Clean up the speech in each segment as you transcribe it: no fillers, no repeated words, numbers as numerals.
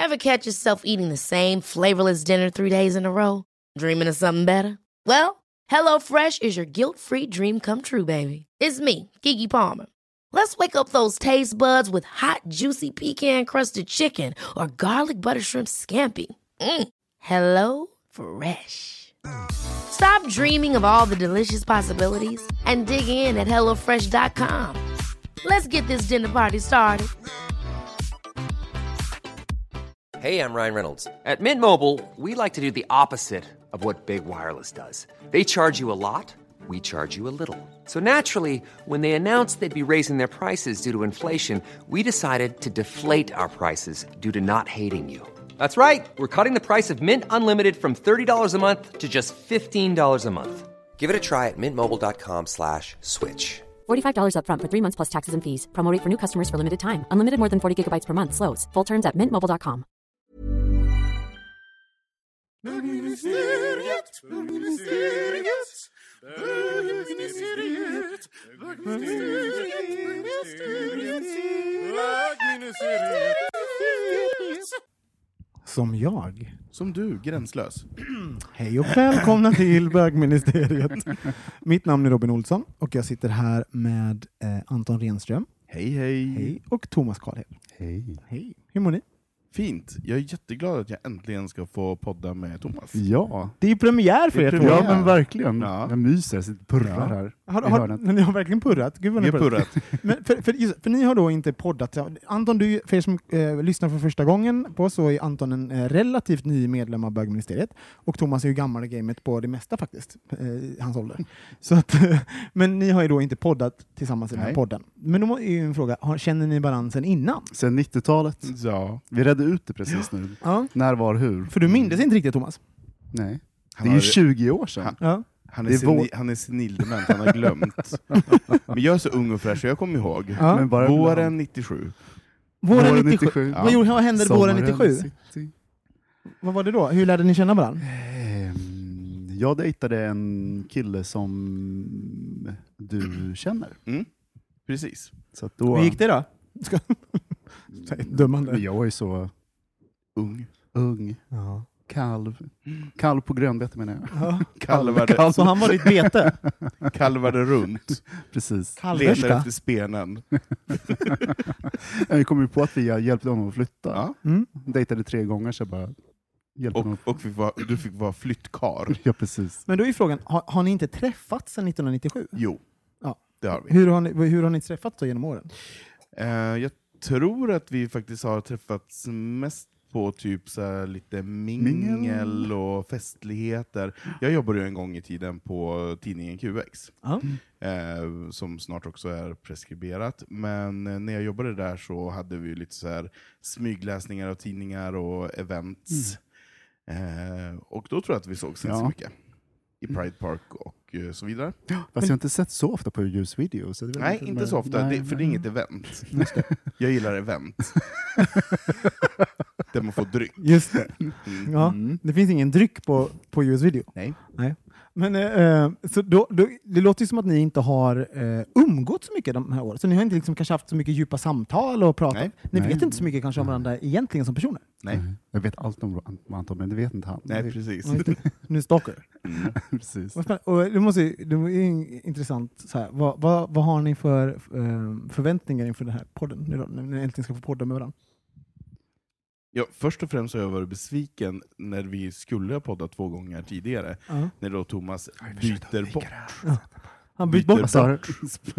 Ever catch yourself eating the same flavorless dinner 3 days in a row? Dreaming of something better? Well, HelloFresh is your guilt-free dream come true, baby. It's me, Keke Palmer. Let's wake up those taste buds with hot, juicy pecan-crusted chicken or garlic butter shrimp scampi. Hello Fresh. Stop dreaming of all the delicious possibilities and dig in at HelloFresh.com. Let's get this dinner party started. Hey, I'm Ryan Reynolds. At Mint Mobile, we like to do the opposite of what Big Wireless does. They charge you a lot, we charge you a little. So naturally, when they announced they'd be raising their prices due to inflation, we decided to deflate our prices due to not hating you. That's right. We're cutting the price of Mint Unlimited from $30 a month to just $15 a month. Give it a try at mintmobile.com/switch. $45 up front for 3 months plus taxes and fees. Promo rate for new customers for limited time. Unlimited more than 40 gigabytes per month. Slows full terms at mintmobile.com. Som jag. Som du, gränslös. Hej och välkomna till Bögministeriet. Mitt namn är Robin Olsson och jag sitter här med Anton Renström. Hej, hej. Hej. Och Thomas Karlhed. Hej. Hej. Hur mår ni? Fint. Jag är jätteglad att jag äntligen ska få podda med Thomas. Ja. Det är premiär för er. Ja, men verkligen. Ja. Jag myser, jag sitter och purrar här. Ni har verkligen purrat. Gud vad ni Vi har purrat. Men för ni har då inte poddat. Anton, för er som lyssnar för första gången på så är Anton en relativt ny medlem av Bögministeriet. Och Thomas är ju gammal i gamet på det mesta faktiskt. Hans ålder. Så att, men ni har ju då inte poddat tillsammans i den här podden. Men då är ju en fråga, känner ni varandra sen innan? Sen 90-talet. Ja. Vi redde ut det precis nu. Ja. När, var, hur? För du minns inte riktigt, Thomas? Nej. Det är ju 20 år sedan. Han är senildement, han har glömt. Men jag är så ung och fräsch, så jag kommer ihåg. Ja. Men bara Våren 97. Våren 97? Ja. Vad hände våren 97? City. Vad var det då? Hur lärde ni känna varandra? Jag dejtade en kille som du känner. Precis. Så att då... Hur gick det då? Dömande. Men jag var ju så ung. Ja. Kalv på grönbete menar jag. Ja. Kalvade. Så han var ditt bete? Kalvade runt. Precis. Letar efter spenen. Jag kom ju på att vi hjälpte honom att flytta. Ja. Dejtade 3 gånger så bara hjälpte honom. Och du fick vara flyttkar. Ja, precis. Men då är frågan, har ni inte träffats sedan 1997? Jo, ja. Det har vi. Hur har ni träffats då genom åren? Jag tror att vi faktiskt har träffats mest på typ så här lite mingel och festligheter. Jag jobbade ju en gång i tiden på tidningen QX. Som snart också är preskriberat. Men när jag jobbade där så hade vi lite så här smygläsningar av tidningar och events. Och då tror jag att vi såg så mycket. I Pride Park och så vidare. Fast jag har inte sett så ofta på ljusvideo. Så det nej, inte så ofta. För det är inget event. Jag gillar event. Där man får dryck. Just det. Ja, det finns ingen dryck på ljusvideo. Nej. Men så det låter ju som att ni inte har umgått så mycket de här åren. Så ni har inte liksom kanske haft så mycket djupa samtal och pratat. Nej. Ni vet inte så mycket kanske om varandra egentligen som personer. Nej. Jag vet allt om Anton, men det vet inte han. Nej, precis. Nu stalker. Precis. Och det är intressant. Så här, vad har ni för förväntningar inför den här podden? När ni äntligen ska få podda med varandra. Ja, först och främst har jag varit besviken när vi skulle ha poddat 2 gånger tidigare. När då Thomas byter bort. Han byter bort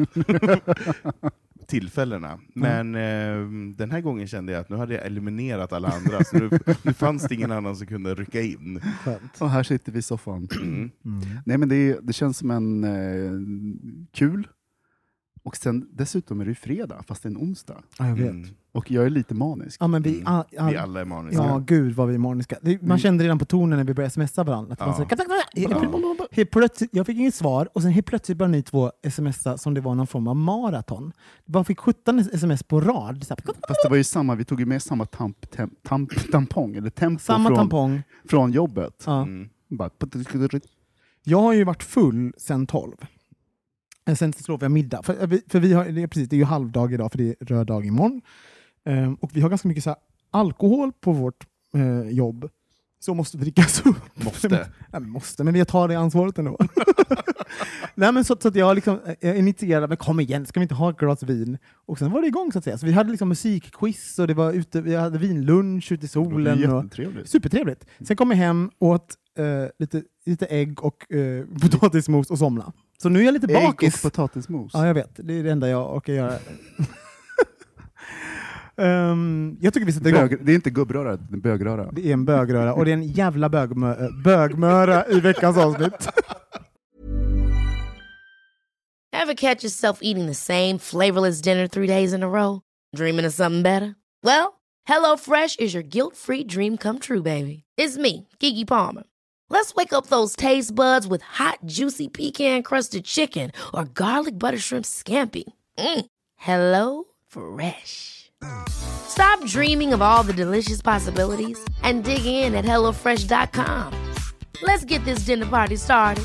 tillfällena. Men den här gången kände jag att nu hade jag eliminerat alla andra. Så nu fanns det ingen annan som kunde rycka in. Och här sitter vi i soffan. Nej, men det känns som en kul. Och sen dessutom är det ju fredag, fast det är en onsdag. Ja, jag vet. Och jag är lite manisk. Ja, men vi alla är maniska. Ja, gud vad vi är maniska. Man kände redan på tonen när vi började smsa varandra. Att man helt plötsligt, jag fick inget svar och sen helt plötsligt började ni 2 smsa som det var någon form av maraton. Man fick 17 sms på rad. Fast det var ju samma, vi tog ju med samma tampong eller tempo tampong från jobbet. Ja. Bara... Jag har ju varit full sen 12. Sen slår vi middag. För vi har, det är ju halvdag idag för det är röd dag imorgon. Och vi har ganska mycket så här alkohol på vårt jobb så måste drickas upp. Måste. Men jag tar det ansvaret ändå. Nej, men så att jag liksom initierade, men kom igen, ska vi inte ha ett glas vin? Och sen var det igång så att säga. Så vi hade liksom musikquiz och det var ute, vi hade vinlunch ute i solen. Jättetrevligt. Supertrevligt. Sen kom jag hem, åt lite ägg och potatismos och somna. Så nu är jag lite bakis. Ägg och potatismos. Ja, jag vet. Det är det enda jag orkar göra. Jag tycker vi sätter igång. Det är inte gubbröra, det är bögröra. Det är en bögröra och det är en jävla bögmöra i veckans avsnitt. Ever catch yourself eating the same flavorless dinner 3 days in a row? Dreaming of something better? Well, HelloFresh is your guilt-free dream come true, baby. It's me, Keke Palmer. Let's wake up those taste buds with hot, juicy pecan-crusted chicken or garlic butter shrimp scampi. Hello Fresh. Stop dreaming of all the delicious possibilities and dig in at HelloFresh.com. Let's get this dinner party started.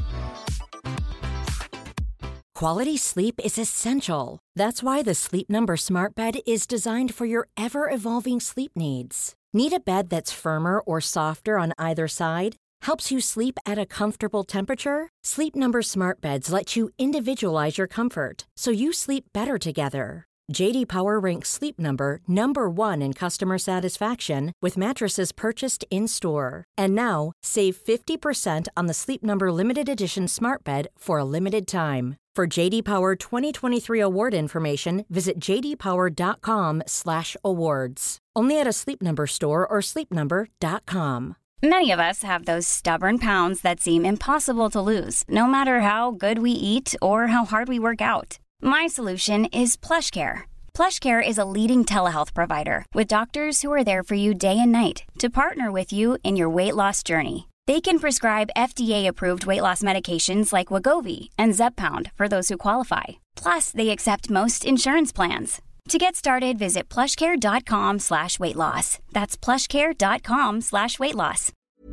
Quality sleep is essential. That's why the Sleep Number Smart Bed is designed for your ever-evolving sleep needs. Need a bed that's firmer or softer on either side? Helps you sleep at a comfortable temperature? Sleep Number Smart Beds let you individualize your comfort so you sleep better together. JD Power ranks Sleep Number #1 in customer satisfaction with mattresses purchased in-store. And now, save 50% on the Sleep Number Limited Edition Smart Bed for a limited time. For JD Power 2023 award information, visit jdpower.com/awards. Only at a Sleep Number store or sleepnumber.com. Many of us have those stubborn pounds that seem impossible to lose, no matter how good we eat or how hard we work out. My solution is PlushCare. PlushCare is a leading telehealth provider with doctors who are there for you day and night to partner with you in your weight loss journey. They can prescribe FDA-approved weight loss medications like Wegovy and Zepbound for those who qualify. Plus, they accept most insurance plans. To get started, visit plushcare.com/weightloss. That's plushcare.com/weightloss.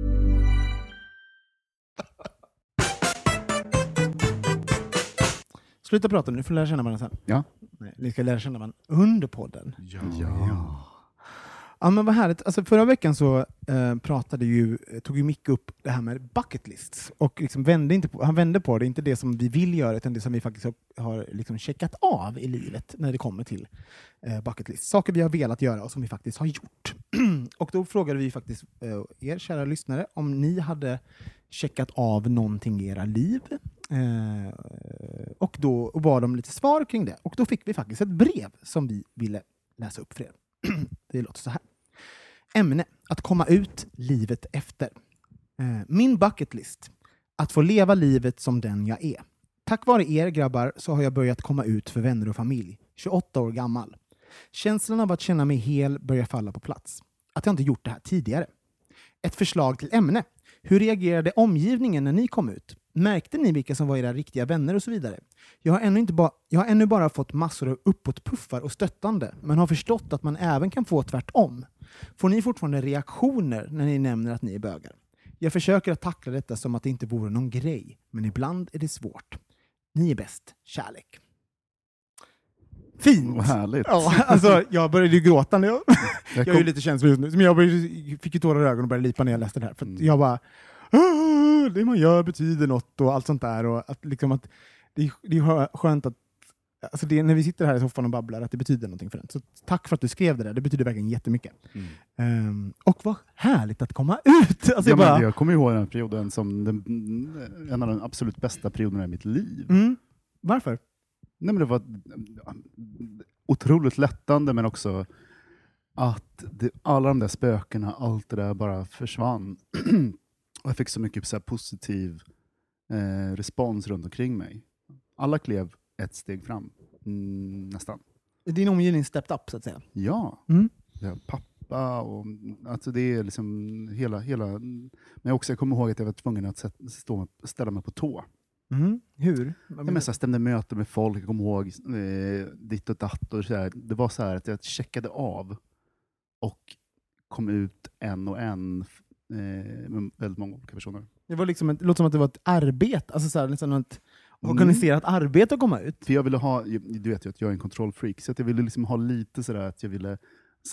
Sluta prata nu, får lära känna varandra sen. Ja. Nej, ni ska lära känna varandra under podden. Ja. Ja, men vad härligt. Alltså, förra veckan så tog ju Micke upp det här med bucket lists och liksom han vände på det, inte det som vi vill göra utan det som vi faktiskt har liksom checkat av i livet när det kommer till bucket list. Saker vi har velat göra och som vi faktiskt har gjort. Och då frågade vi faktiskt er kära lyssnare om ni hade checkat av någonting i era liv. Och då var de lite svar kring det. Och då fick vi faktiskt ett brev som vi ville läsa upp för er. Det låter så här. Ämne: att komma ut livet efter. Min bucket list: att få leva livet som den jag är. Tack vare er grabbar så har jag börjat komma ut för vänner och familj. 28 år gammal. Känslan av att känna mig hel börjar falla på plats. Att jag inte gjort det här tidigare. Ett förslag till ämne: hur reagerade omgivningen när ni kom ut? Märkte ni vilka som var era riktiga vänner och så vidare? Jag har ännu bara fått massor av uppåtpuffar och stöttande, men har förstått att man även kan få tvärtom. Får ni fortfarande reaktioner när ni nämner att ni är bögar? Jag försöker att tackla detta som att det inte vore någon grej, men ibland är det svårt. Ni är bäst. Kärlek. Fint! Vad härligt. Ja, alltså, jag började ju gråta när jag är ju lite känslig just nu. Men jag fick ju tårar i ögonen och började lipa när jag läste det här. För jag bara, det man gör betyder något och allt sånt där. Och att, liksom, att det är skönt att alltså det, när vi sitter här i soffan och babblar, att det betyder någonting för en. Så tack för att du skrev det där. Det betyder verkligen jättemycket. Och vad härligt att komma ut! Alltså jag kommer ihåg den här perioden som en av de absolut bästa perioderna i mitt liv. Varför? Nej, men det var otroligt lättande, men också att alla de där spökena, allt det där bara försvann. Och jag fick så mycket så här positiv respons runt omkring mig. Alla klev ett steg fram, nästan. Din omgivning stepped up, så att säga? Ja. Pappa och alltså det är liksom hela. Men jag kommer ihåg att jag var tvungen att ställa mig på tå. Hur? Jag stämde möten med folk, jag kommer ihåg ditt och datt och så här. Det var så här att jag checkade av och kom ut en och en med väldigt många olika personer. Det var liksom låter som att det var ett arbete, alltså så här, liksom ett organiserat arbete att komma ut. För jag ville ha, du vet ju att jag är en kontrollfreak, så att jag ville liksom ha lite sådär att jag ville sätta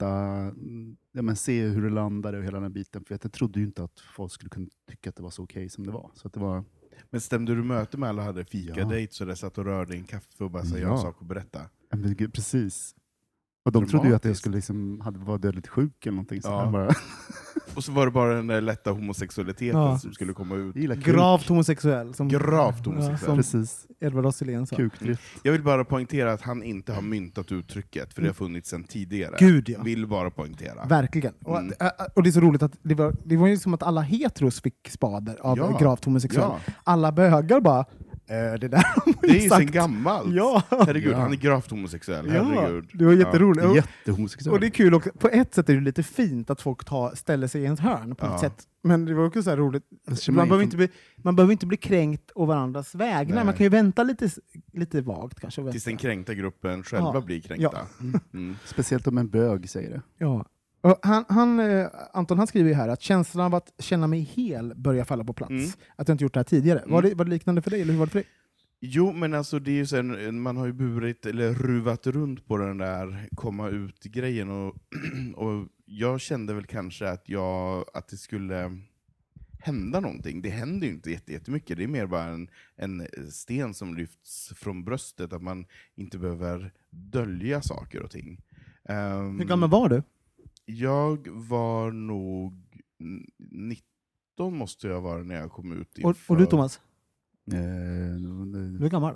se hur det landade och hela den här biten. För jag trodde ju inte att folk skulle kunna tycka att det var så okej som det var. Så att det var... Men stämde du möte med alla och hade fika-dejt så det satt och rörde i en kaffe och bara sa jag har en sak att berätta? Precis. Och de trodde ju att jag skulle vara dödligt sjuk eller någonting. Så bara... Och så var det bara den där lätta homosexualiteten som skulle komma ut. Gravt homosexuell. Gravt homosexuell. Precis. Edvard Åselén sa. Kukdrift. Jag vill bara poängtera att han inte har myntat uttrycket, för det har funnits sedan tidigare. Gud, ja. Vill bara poängtera. Verkligen. Och det är så roligt att det var ju som att alla heteros fick spader av gravt homosexuell. Ja. Alla bögar bara... det där det är ju sen gammalt. Ja. Herregud, han är gravt homosexuell. Herregud. Det var jätteroligt. Ja. Jättehomosexuell. Och det är kul också. På ett sätt är det lite fint att folk ställer sig i ens hörn på ett sätt. Men det var också så här roligt. Man behöver inte bli kränkt å varandras vägnar. Nej. Man kan ju vänta lite vagt kanske. Tills den kränkta gruppen själva blir kränkta. Ja. Speciellt om en bög säger det. Ja. Och Anton han skriver ju här att känslan av att känna mig hel börjar falla på plats. Att jag inte gjort det här tidigare. Var det liknande för dig, eller hur var det för dig? Jo, men alltså det är ju så, man har ju burit eller ruvat runt på den där komma ut-grejen och jag kände väl kanske att det skulle hända någonting. Det händer ju inte jättemycket. Det är mer bara en sten som lyfts från bröstet, att man inte behöver dölja saker och ting. Hur gammal var du? Jag var nog 19 måste jag vara när jag kom ut. Och du Thomas? Du är gammal?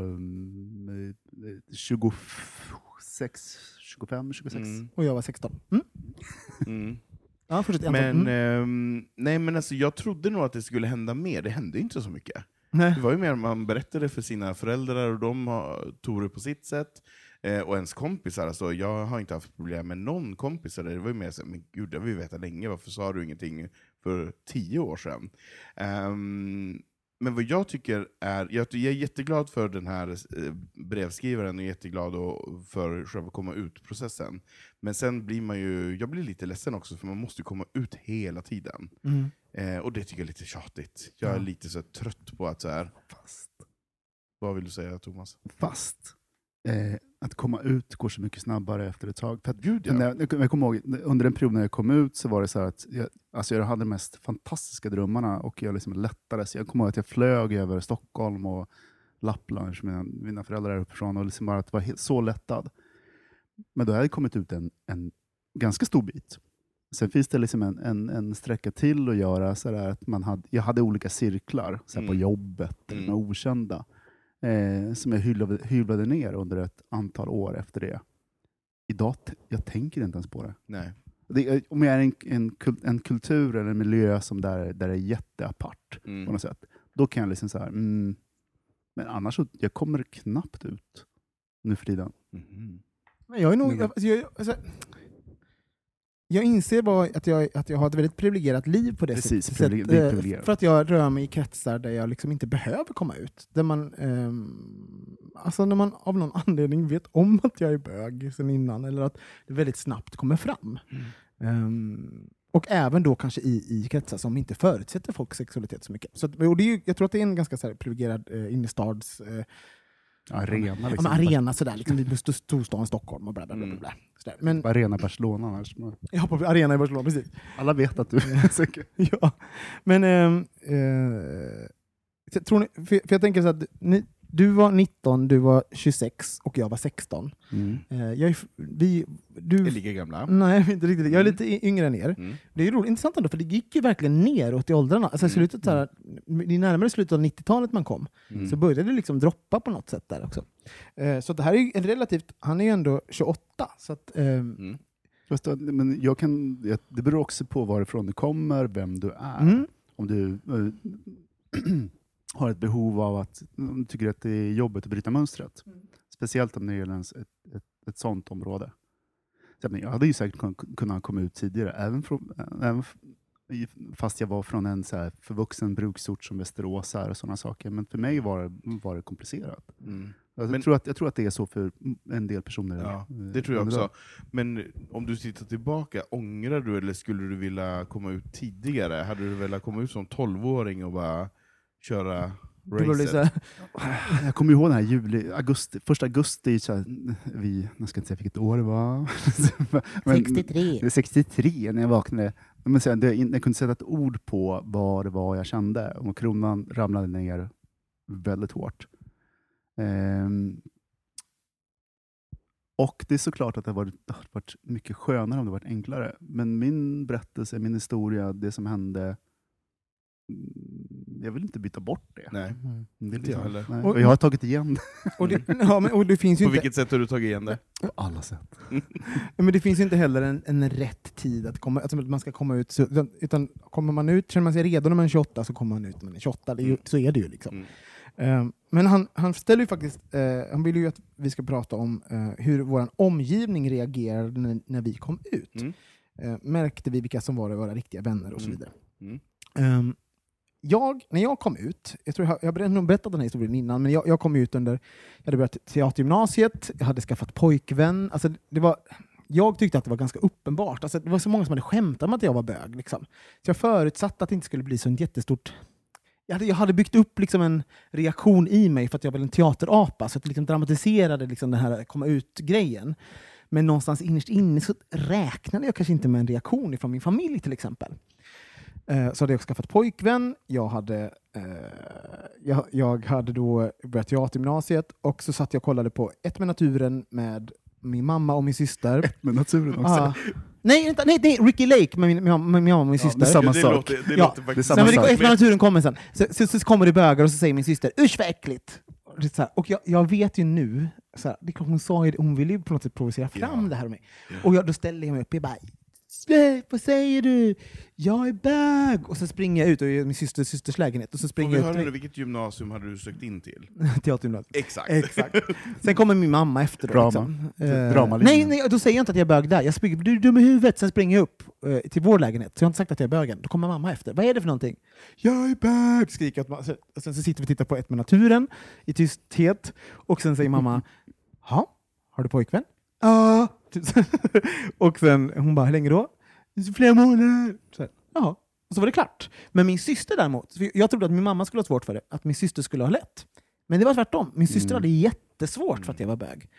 26. Och jag var 16. Ja, men alltså, jag trodde nog att det skulle hända mer. Det hände inte så mycket. Nej. Det var ju mer man berättade för sina föräldrar och de tog det på sitt sätt. Och ens kompisar, alltså, jag har inte haft problem med någon kompis. Det var ju mer så, men gud, det har vi vetat länge. Varför sa du ingenting för 10 år sedan? Men vad jag tycker är, jag är jätteglad för den här brevskrivaren och jätteglad för själva komma ut-processen. Men sen blir jag blir lite ledsen också, för man måste komma ut hela tiden. Och det tycker jag är lite tjatigt. Jag är lite så trött på att så här. Fast. Vad vill du säga, Thomas? Fast. Att komma ut går så mycket snabbare efter ett tag. För att, Gud, ja. jag kommer ihåg, under en period när jag kom ut så var det så här att jag hade de mest fantastiska drömmarna och jag liksom lättades. Jag kommer ihåg att jag flög över Stockholm och Lappland, mina föräldrar är uppifrån, och liksom bara att vara så lättad. Men då hade jag kommit ut en ganska stor bit. Sen finns det liksom en sträcka till att göra så där att jag hade olika cirklar så här på jobbet med okända. Som jag hyvlade ner under ett antal år efter det. Idag, jag tänker inte ens på det. Nej. Om jag är en kultur eller en miljö som där är jätteapart på något sätt, då kan jag liksom så här, men annars så, jag kommer knappt ut nu för tiden. Men jag är nog... Jag inser bara att jag har ett väldigt privilegierat liv på det sättet. För att jag rör mig i kretsar där jag liksom inte behöver komma ut. Där man, alltså när man av någon anledning vet om att jag är bög sedan innan, eller att det väldigt snabbt kommer fram. Och även då kanske i kretsar som inte förutsätter folks sexualitet så mycket. Så, och det är jag tror att det är en ganska så här privilegierad innerstads... arena liksom. Arena sådär, liksom i storstaden Stockholm och bla bla bla bla. Men arena Barcelona annars. Ja, på arena i Barcelona, precis. Alla vet att du är säker. Ja, men tror ni, för jag tänker så att du var 19, du var 26 och jag var 16. Du är lika gamla. Nej, inte riktigt. Jag är lite yngre än er. Det är roligt, intressant ändå, för det gick ju verkligen neråt i åldrarna. Alltså slutet så här, i närmare slutet av 90-talet man kom, så började det liksom droppa på något sätt där också. Så det här är ju relativt, han är ju ändå 28, så att men det beror också på varifrån du kommer, vem du är. Om du har ett behov av att du tycker att det är jobbigt att bryta mönstret. Speciellt om det gäller ett sånt område. Jag hade ju säkert kunnat komma ut tidigare, även fast jag var från en så här förvuxen bruksort som Västerås och sådana saker. Men för mig var det komplicerat. Jag tror att det är så för en del personer. Ja, det tror jag också. Men om du tittar tillbaka, ångrar du eller skulle du vilja komma ut tidigare? Hade du velat komma ut som 12-åring och bara köra Racet. Jag kommer ihåg den här första augusti, så här, jag ska inte säga vilket år det var. Men, 63. 63 när jag vaknade. Men sen, jag kunde sätta ett ord på vad det var jag kände. Och kronan ramlade ner väldigt hårt. Och det är såklart att det har varit mycket skönare om det varit enklare. Men min berättelse, min historia, det som hände, jag vill inte byta bort det. Nej, inte jag heller. Nej. Och jag har tagit igen det. Och det finns ju på inte, vilket sätt har du tagit igen det? På alla sätt. men det finns ju inte heller en rätt tid att komma, alltså att man ska komma ut. Utan kommer man ut, känner man sig redo när man är 28 så kommer man ut när man är 28. Så är det ju liksom. Men han ställer ju faktiskt, han vill ju att vi ska prata om hur vår omgivning reagerade när vi kom ut. Märkte vi vilka som var våra riktiga vänner och så vidare. När jag kom ut, jag tror jag har berättat den här historien innan, men jag kom ut jag hade börjat teatergymnasiet, jag hade skaffat pojkvän. Alltså jag tyckte att det var ganska uppenbart. Alltså det var så många som hade skämtat om att jag var bög. Liksom. Så jag förutsatte att det inte skulle bli så jättestort. Jag hade byggt upp liksom en reaktion i mig för att jag var en teaterapa, så att det liksom dramatiserade liksom den här komma ut-grejen. Men någonstans innerst inne så räknade jag kanske inte med en reaktion från min familj till exempel. Så hade jag skaffat pojkvän, jag hade då börjat teatergymnasiet och så satt jag och kollade på Ett med naturen med min mamma och min syster. Ett med naturen också. Nej, Ricky Lake med min mamma och min syster. Det är samma sak. Det låter faktiskt samma sak. Ett med naturen kommer sen. Så kommer det bögar och så säger min syster, usch vad äckligt. Och jag vet ju nu, så här, hon ville ju på något sätt provocera fram det här med mig. Och då ställde jag mig upp och bara, vad säger du? Jag är bög! Och så springer jag ut och min systers lägenhet. Och så springer jag ut. Vilket gymnasium hade du sökt in till? Teatergymnasiet. Exakt. Sen kommer min mamma efter. Drama. Nej, då säger jag inte att jag är bög där. Jag springer, du är dum i huvudet. Sen springer jag upp till vår lägenhet. Så jag har inte sagt att jag är bögen. Då kommer mamma efter. Vad är det för någonting? Jag är bög! Skriker jag. Sen så sitter vi och tittar på Ett med naturen i tysthet. Och sen säger mamma, har du pojkvän? Ja. Och sen hon bara, hur länge då? Flera månader. Ja, och så var det klart. Men min syster däremot, jag trodde att min mamma skulle ha svårt för det, att min syster skulle ha lätt. Men det var tvärtom. Min syster hade jättesvårt för att jag var bög.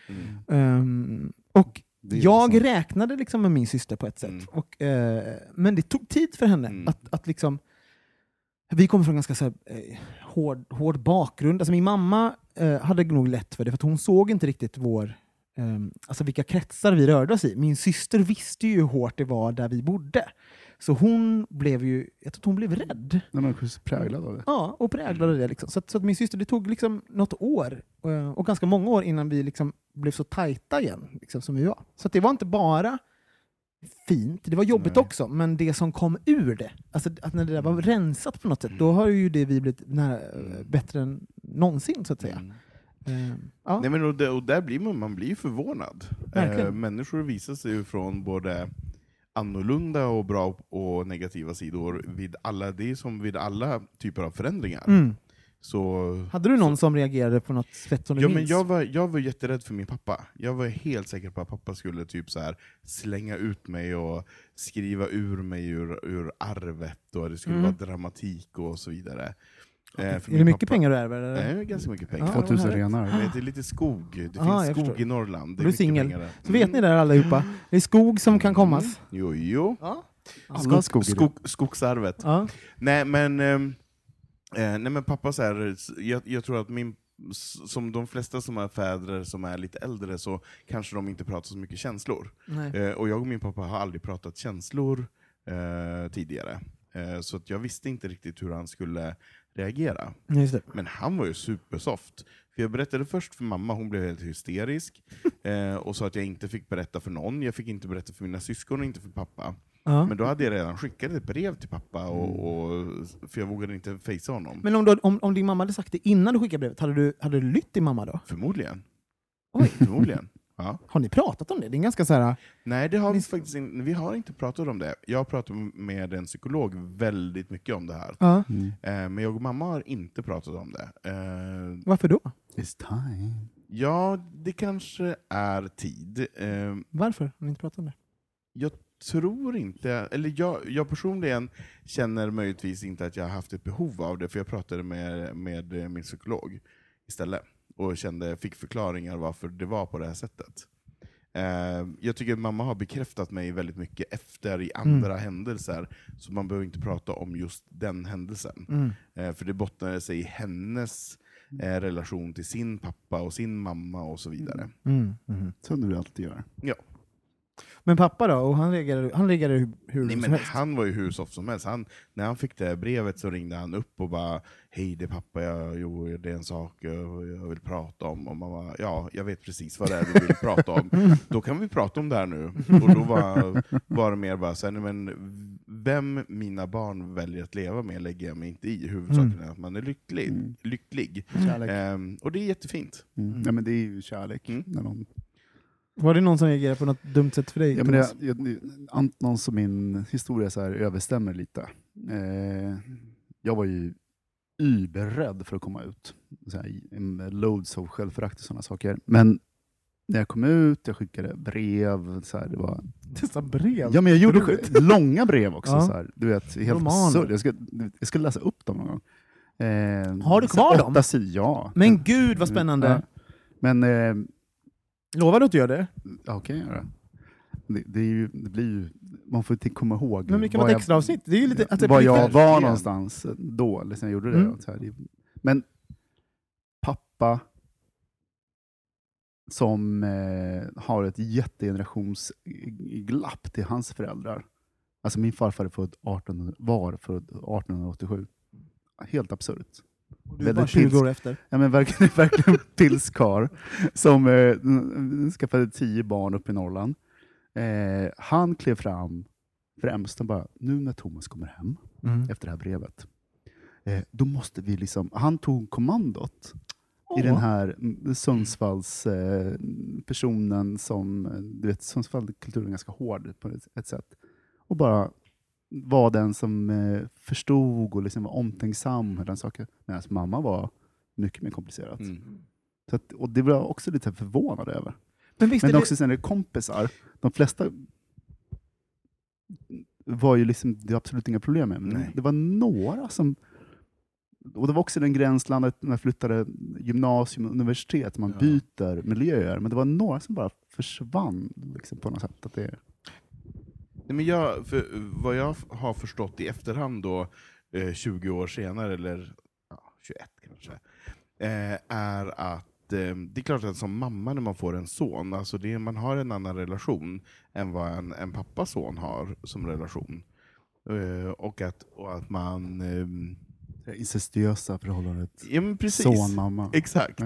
Och jag räknade liksom med min syster på ett sätt. Och, men det tog tid för henne att liksom... Vi kommer från ganska så här, hård bakgrund. Alltså min mamma hade nog lätt för det, för att hon såg inte riktigt alltså vilka kretsar vi rörde oss i. Min syster visste ju hur hårt det var där vi bodde. Så hon blev jag tror hon blev rädd. Nej, men präglad av det. Ja, och präglade det liksom. Så att min syster, det tog liksom något år och ganska många år innan vi liksom blev så tajta igen liksom, som vi var. Så att det var inte bara fint, det var jobbigt också, men det som kom ur det, alltså att när det där var rensat på något sätt, då har ju det vi blivit bättre än någonsin så att säga. Ja. Nej, men och där blir man blir förvånad. Människor visar sig ju från både annorlunda och bra och negativa sidor vid alla, det är som vid alla typer av förändringar. Så, hade du någon som reagerade på något sätt som du minns? Men jag var jätterädd för min pappa. Jag var helt säker på att pappa skulle typ så här slänga ut mig och skriva ur mig ur arvet, och det skulle vara dramatik och så vidare. Är det mycket pengar du ärver? Nej, ganska mycket pengar. 2000 renar. Det är lite skog. Det finns skog i Norrland. Du är singel. Så vet ni där allihopa. Det är skog som kan kommas. Jo. Ja. Skogsarvet. Ja. Nej, men pappa så här, jag tror att som de flesta som är fäder som är lite äldre, så kanske de inte pratar så mycket känslor. Och jag och min pappa har aldrig pratat känslor tidigare. Så att jag visste inte riktigt hur han skulle reagera. Just det. Men han var ju supersoft. För jag berättade först för mamma, hon blev helt hysterisk. Och sa att jag inte fick berätta för någon. Jag fick inte berätta för mina syskon och inte för pappa. Men då hade jag redan skickat ett brev till pappa, för jag vågade inte fejsa honom. Men om din mamma hade sagt det innan du skickade brevet, hade du lytt din mamma då? Förmodligen. Oj. Förmodligen. Ja. Har ni pratat om det? Det är ganska så här... Nej, det har vi faktiskt inte. Vi har inte pratat om det. Jag har pratat med en psykolog väldigt mycket om det här. Men jag och mamma har inte pratat om det. Varför då? It's time. Ja, det kanske är tid. Varför har ni inte pratat om det? Jag tror inte, eller jag personligen känner möjligtvis inte att jag har haft ett behov av det, för jag pratade med min psykolog istället och fick förklaringar varför det var på det här sättet. Jag tycker att mamma har bekräftat mig väldigt mycket efter i andra händelser, så man behöver inte prata om just den händelsen. För det bottnade sig i hennes relation till sin pappa och sin mamma och så vidare. Som du alltid gör. Ja. Men pappa då? Och han reagerade hur Nej, som men helst? han var ju hur soft som helst. När han fick det brevet så ringde han upp och bara, hej, det är pappa, det är en sak jag vill prata om. Och mamma, ja, jag vet precis vad det är du vill prata om. Då kan vi prata om det här nu. Och då var det mer bara så här, men vem mina barn väljer att leva med lägger jag mig inte i. Huvudsaken är att man är lycklig. Och det är jättefint. Ja, men det är ju kärlek. När någon... Var det någon som reagerade på något dumt sätt för dig? Ja, men Anton, som min historia så här överstämmer lite. Jag var ju überrädd för att komma ut. Så här, med loads av självförakt och sådana saker. Men när jag kom ut, jag skickade brev. Så här, det var... Dessa brev? Ja, men jag gjorde långa brev också. Ja. Så här, du vet, helt absurd. Jag ska läsa upp dem någon gång. Har du kvar dem? 8 sidor, ja. Men gud, vad spännande. Ja. Men... Lovar du att du gör det? Ja, okej. Det blir ju, man får inte komma ihåg. Men det kan vara ett extra avsnitt. Det är ju lite, att det var jag verkligen var någonstans då, liksom jag gjorde det. Så här. Men pappa som har ett jättegenerationsglapp till hans föräldrar. Alltså min farfar är född 1887. Helt absurt. Och du är bara 20 år efter. Ja, men verkligen pilskar som skaffade 10 barn upp i Norrland. Han klev fram främst och bara, nu när Thomas kommer hem efter det här brevet, då måste vi liksom, han tog kommandot i den här Sundsvalls personen som, du vet, Sundsvall kulturen är ganska hård på ett sätt. Och bara var den som förstod och liksom var omtänksam och den saker. Medan mamma var mycket mer komplicerat. Så att, och det var jag också lite förvånad över. Men också sen är det kompisar. De flesta var ju liksom, det var absolut inga problem med. Men det var några som, och det var också den gränslandet när jag flyttade gymnasium och universitet, man byter miljöer. Men det var några som bara försvann liksom, på något sätt. Att det... Nej, men vad jag har förstått i efterhand då, 20 år senare, eller 21 kanske, är att det är klart att som mamma när man får en son, alltså man har en annan relation än vad en pappas son har som relation. Och att man... det incestuösa förhållandet. Ja, men precis. Son-mamma. Exakt.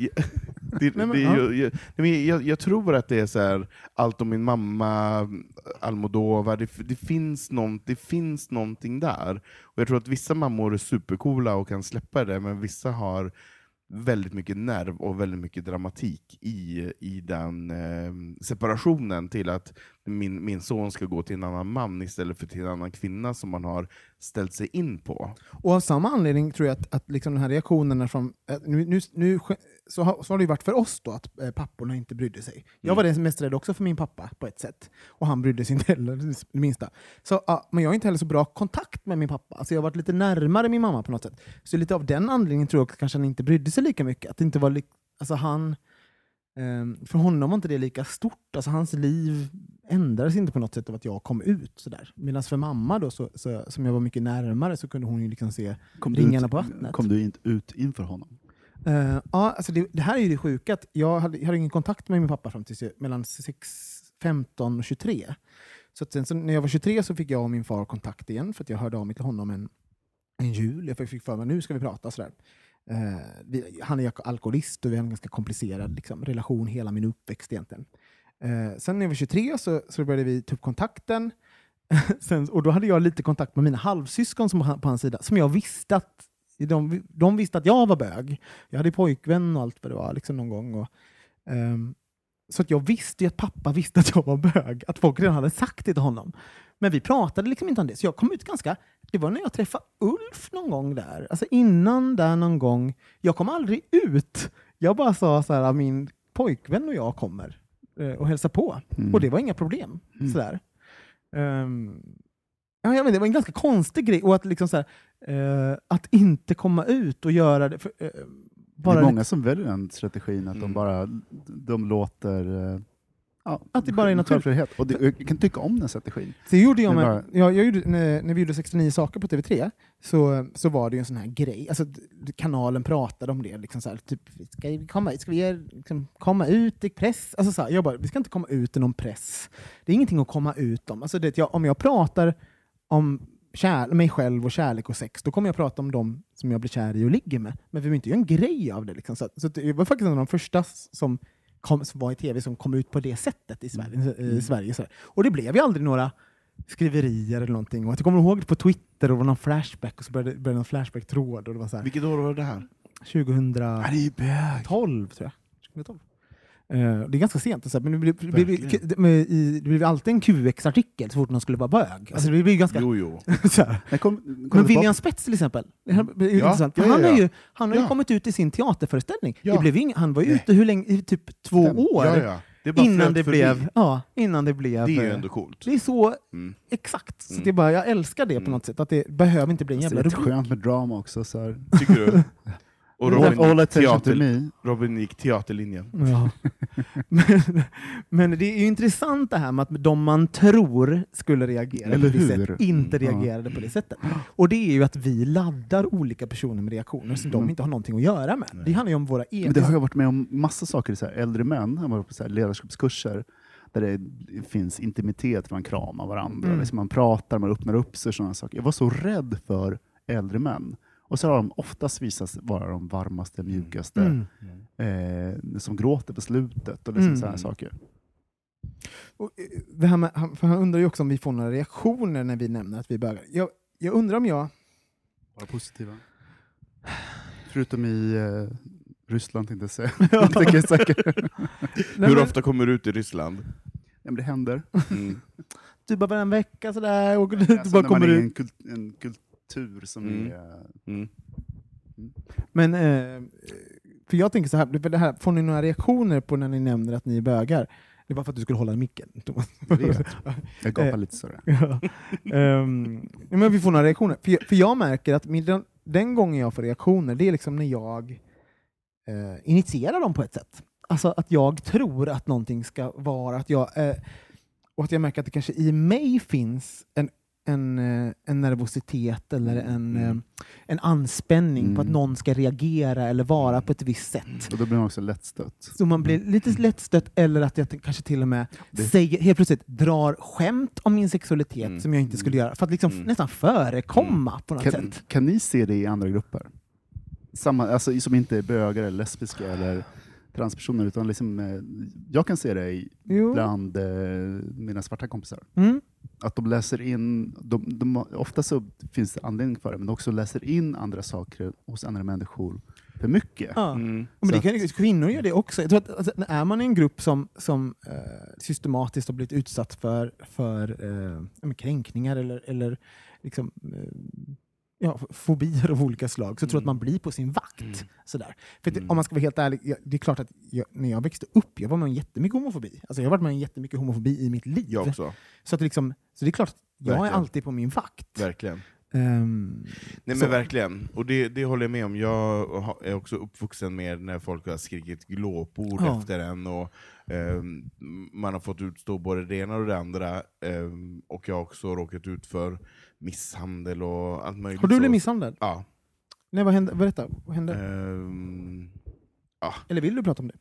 Jag tror att det är så här, allt om min mamma, Almodovar, det finns någonting där. Och jag tror att vissa mammor är supercoola och kan släppa det, men vissa har väldigt mycket nerv och väldigt mycket dramatik i den separationen till att min son ska gå till en annan man istället för till en annan kvinna som man har ställt sig in på. Och av samma anledning tror jag att liksom de här reaktionerna från... Nu så har det ju varit för oss då att papporna inte brydde sig. Jag var mest rädd också för min pappa på ett sätt. Och han brydde sig inte heller det minsta. Så, men jag har inte heller så bra kontakt med min pappa. Alltså jag har varit lite närmare min mamma på något sätt. Så lite av den anledningen tror jag att kanske han inte brydde sig lika mycket. Att det inte var alltså han... för honom var inte det lika stort. Alltså hans liv ändrades inte på något sätt av att jag kom ut sådär. Medan för mamma då, så, som jag var mycket närmare, så kunde hon ju liksom se ringarna på vattnet. Kom du inte ut inför honom? Ja, alltså det här är ju det sjuka. Att jag hade ingen kontakt med min pappa fram till mellan 15 och 23. Så, att sen, så när jag var 23 så fick jag och min far kontakt igen, för att jag hörde av mig till honom en jul. Jag fick för mig, nu ska vi prata sådär. Han är alkoholist och vi har en ganska komplicerad liksom, relation hela min uppväxt egentligen. Sen när jag var 23 så började vi ta upp kontakten. Och då hade jag lite kontakt med mina halvsyskon som på hans sida, som jag visste att de visste att jag var bög. Jag hade pojkvän och allt vad det var liksom någon gång. Och, så att jag visste att pappa visste att jag var bög. Att folk redan hade sagt det till honom. Men vi pratade liksom inte om det. Så jag kom ut ganska... Det var när jag träffade Ulf någon gång där. Alltså innan där någon gång. Jag kom aldrig ut. Jag bara sa så här, min pojkvän och jag kommer och hälsa på. Och det var inga problem. Sådär. Ja, jag vet, det var en ganska konstig grej. Och att, liksom så här, att inte komma ut och göra det. Bara det är många som väljer den strategin, att de låter... att det bara är naturligt. Och jag kan tycka om den strategin. Så gjorde jag gjorde, när vi gjorde 69 saker på TV3 så var det ju en sån här grej. Alltså, kanalen pratade om det. Liksom så här, typ, ska vi komma ut i press? Alltså, så här, jag bara, vi ska inte komma ut i någon press. Det är ingenting att komma ut om. Alltså, om jag pratar om mig själv och kärlek och sex, då kommer jag prata om dem som jag blir kär i och ligger med. Men vi vill inte göra en grej av det. Liksom. Så det var faktiskt en av de första som var i tv som kom ut på det sättet i Sverige. Så. Och det blev ju aldrig några skriverier eller någonting. Och jag kommer ihåg det på Twitter och det var någon flashback och så började någon flashback-tråd. Och det var så här, vilket år var det här? 2012 tror jag. 2012. Det är ganska sent. Så här, men det blev alltid en QX-artikel så fort någon skulle vara bög. Alltså, det blir ganska... Jo. Men William Spets till exempel. Han har ju kommit ut i sin teaterföreställning. Ja. Det blev han var ju ute hur länge? I typ 2 år. Ja. Det innan det blev... Det är ju ändå coolt. Det är så exakt. Så det är bara, jag älskar det på något sätt. Att det behöver inte bli en jävla rubrik. Det är skönt med drama också. Så här. Tycker du? Och Robin gick teaterlinjen. Ja. Men det är ju intressant det här med att de man tror skulle reagera på det sättet inte reagerade på det sättet. Och det är ju att vi laddar olika personer med reaktioner som de inte har någonting att göra med. Det handlar ju om våra egna... Men det har jag varit med om massa saker. Så här, äldre män har varit på så här ledarskapskurser där det finns intimitet, man kramar varandra. Liksom man pratar, man öppnar upp sig och sådana saker. Jag var så rädd för äldre män. Och så har de oftast visat vara de varmaste, mjukaste, som gråter på slutet och liksom sådana saker. Och det här med, för han undrar ju också om vi får några reaktioner när vi nämner att vi bögar. Jag undrar om jag... Var positiva. Förutom i Ryssland, tänkte jag säga. Hur ofta kommer du ut i Ryssland? Ja, men det händer. Du bara en vecka sådär. Och du bara kommer ut. En kultur som är... Men för jag tänker så här, får ni några reaktioner på när ni nämner att ni är bögar? Det var för att du skulle hålla micken, Thomas. Jag gapar lite sådär. Men vi får några reaktioner. För jag märker att den gången jag får reaktioner, det är liksom när jag initierar dem på ett sätt. Alltså att jag tror att någonting ska vara, och att jag märker att det kanske i mig finns en nervositet eller en anspänning på att någon ska reagera eller vara på ett visst sätt. Och då blir man också lättstött. Så man blir lite lättstött, eller att jag kanske till och med helt plötsligt drar skämt om min sexualitet som jag inte skulle göra. För att liksom nästan förekomma på något sätt. Kan ni se det i andra grupper? Alltså som inte är bögar eller lesbiska eller transpersoner, utan liksom, jag kan se det bland mina svarta kompisar. Att de läser in, ofta så finns det anledning för det, men de också läser in andra saker hos andra människor för mycket. Ja. Men kvinnor gör det också. Jag tror att alltså, är man i en grupp som systematiskt har blivit utsatt för kränkningar eller liksom, fobier av olika slag, så tror jag att man blir på sin vakt. Sådär. För om man ska vara helt ärlig, det är klart att när jag växte upp, jag var med om jättemycket homofobi. Alltså jag har varit med om jättemycket homofobi i mitt liv. Jag också. Så det är klart att jag är alltid på min vakt. Verkligen. Nej men verkligen. Och det håller jag med om. Jag är också uppvuxen med när folk har skrikit glåpord efter en, och man har fått utstå både det ena och det andra, och jag har också råkat ut för misshandel och allt möjligt. Har du blivit misshandlad? Ja. Nej, vad hände? Berätta, vad hände? Eller vill du prata om det?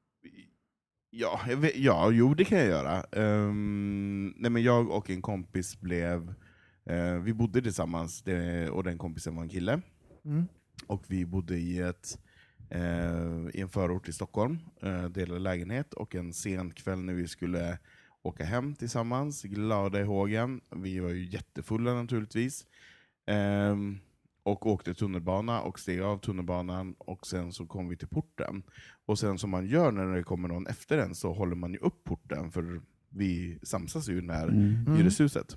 Jo, det kan jag göra. Nej, men jag och en kompis vi bodde tillsammans, och den kompisen var en kille. Och vi bodde i en förort i Stockholm, delade lägenhet, och en sen kväll när vi skulle åka hem tillsammans, glada i hågen. Vi var ju jättefulla naturligtvis. Och åkte tunnelbana och steg av tunnelbanan, och sen så kom vi till porten. Och sen som man gör när det kommer någon efter en, så håller man ju upp porten, för vi samsas ju i det här hyreshuset.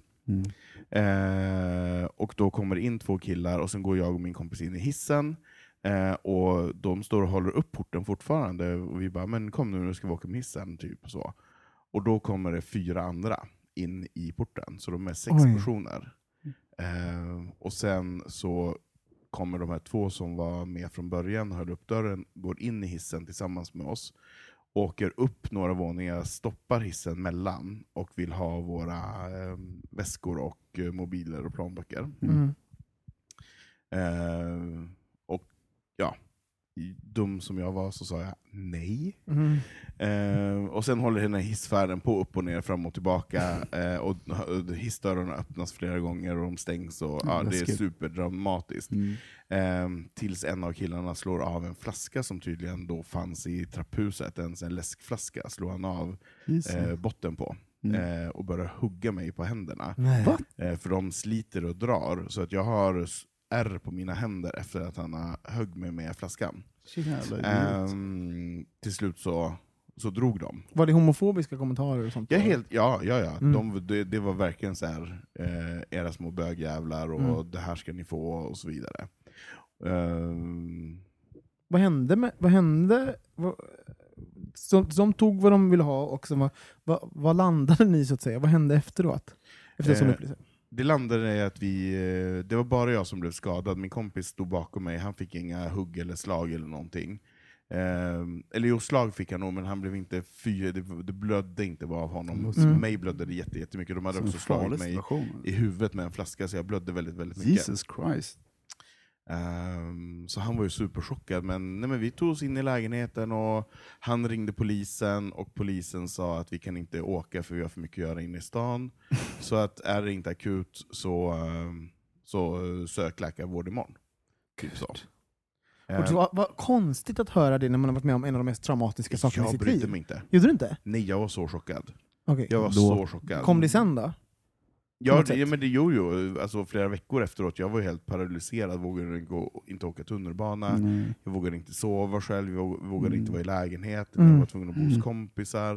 Och då kommer in 2 killar, och sen går jag och min kompis in i hissen, och de står och håller upp porten fortfarande, och vi bara, men kom nu ska vi åka med hissen typ så. Och då kommer det 4 andra in i porten. Så de är 6 personer. Och sen så kommer de här 2 som var med från början, höll upp dörren, går in i hissen tillsammans med oss, åker upp några våningar, stoppar hissen mellan och vill ha våra väskor och mobiler och planböcker. Och ja, dum som jag var så sa jag nej. Och sen håller den här hissfärden på upp och ner, fram och tillbaka, och hissdörrarna öppnas flera gånger och de stängs och det är superdramatiskt. Tills en av killarna slår av en flaska som tydligen då fanns i trapphuset, en läskflaska, slår han av botten på och börjar hugga mig på händerna. För de sliter och drar, så att jag har ärr på mina händer efter att han har högg mig med flaskan. Till slut så drog de. Var det homofobiska kommentarer och sånt? Ja. Det var verkligen så här, era små bögjävlar och det här ska ni få och så vidare. Vad hände? Som tog vad de ville ha och vad landade ni så att säga? Vad hände efteråt? Det landade i att det var bara jag som blev skadad. Min kompis stod bakom mig, han fick inga hugg eller slag eller någonting. Eller slag fick han nog, men han blev inte det blödde inte bara av honom. Mig blödde det jättemycket. De hade också slagit mig i huvudet med en flaska, så jag blödde väldigt, väldigt mycket. Jesus Christ. Så han var ju superchockad, men vi tog oss in i lägenheten och han ringde polisen och polisen sa att vi kan inte åka för vi har för mycket att göra inne i stan. Så att är det inte akut så sök läkarvård imorgon. Typ så. Vad konstigt att höra det när man har varit med om en av de mest traumatiska sakerna i sitt liv. Jag brydde mig inte. Gjorde du inte? Nej, jag var så chockad. Okay. Jag var så chockad. Kom det sen då? Ja, men det gjorde ju. Alltså, flera veckor efteråt, jag var helt paralyserad. Vågade inte åka tunnelbana. Jag vågade inte sova själv. Jag vågade inte vara i lägenheten. Jag var tvungen att bo hos kompisar.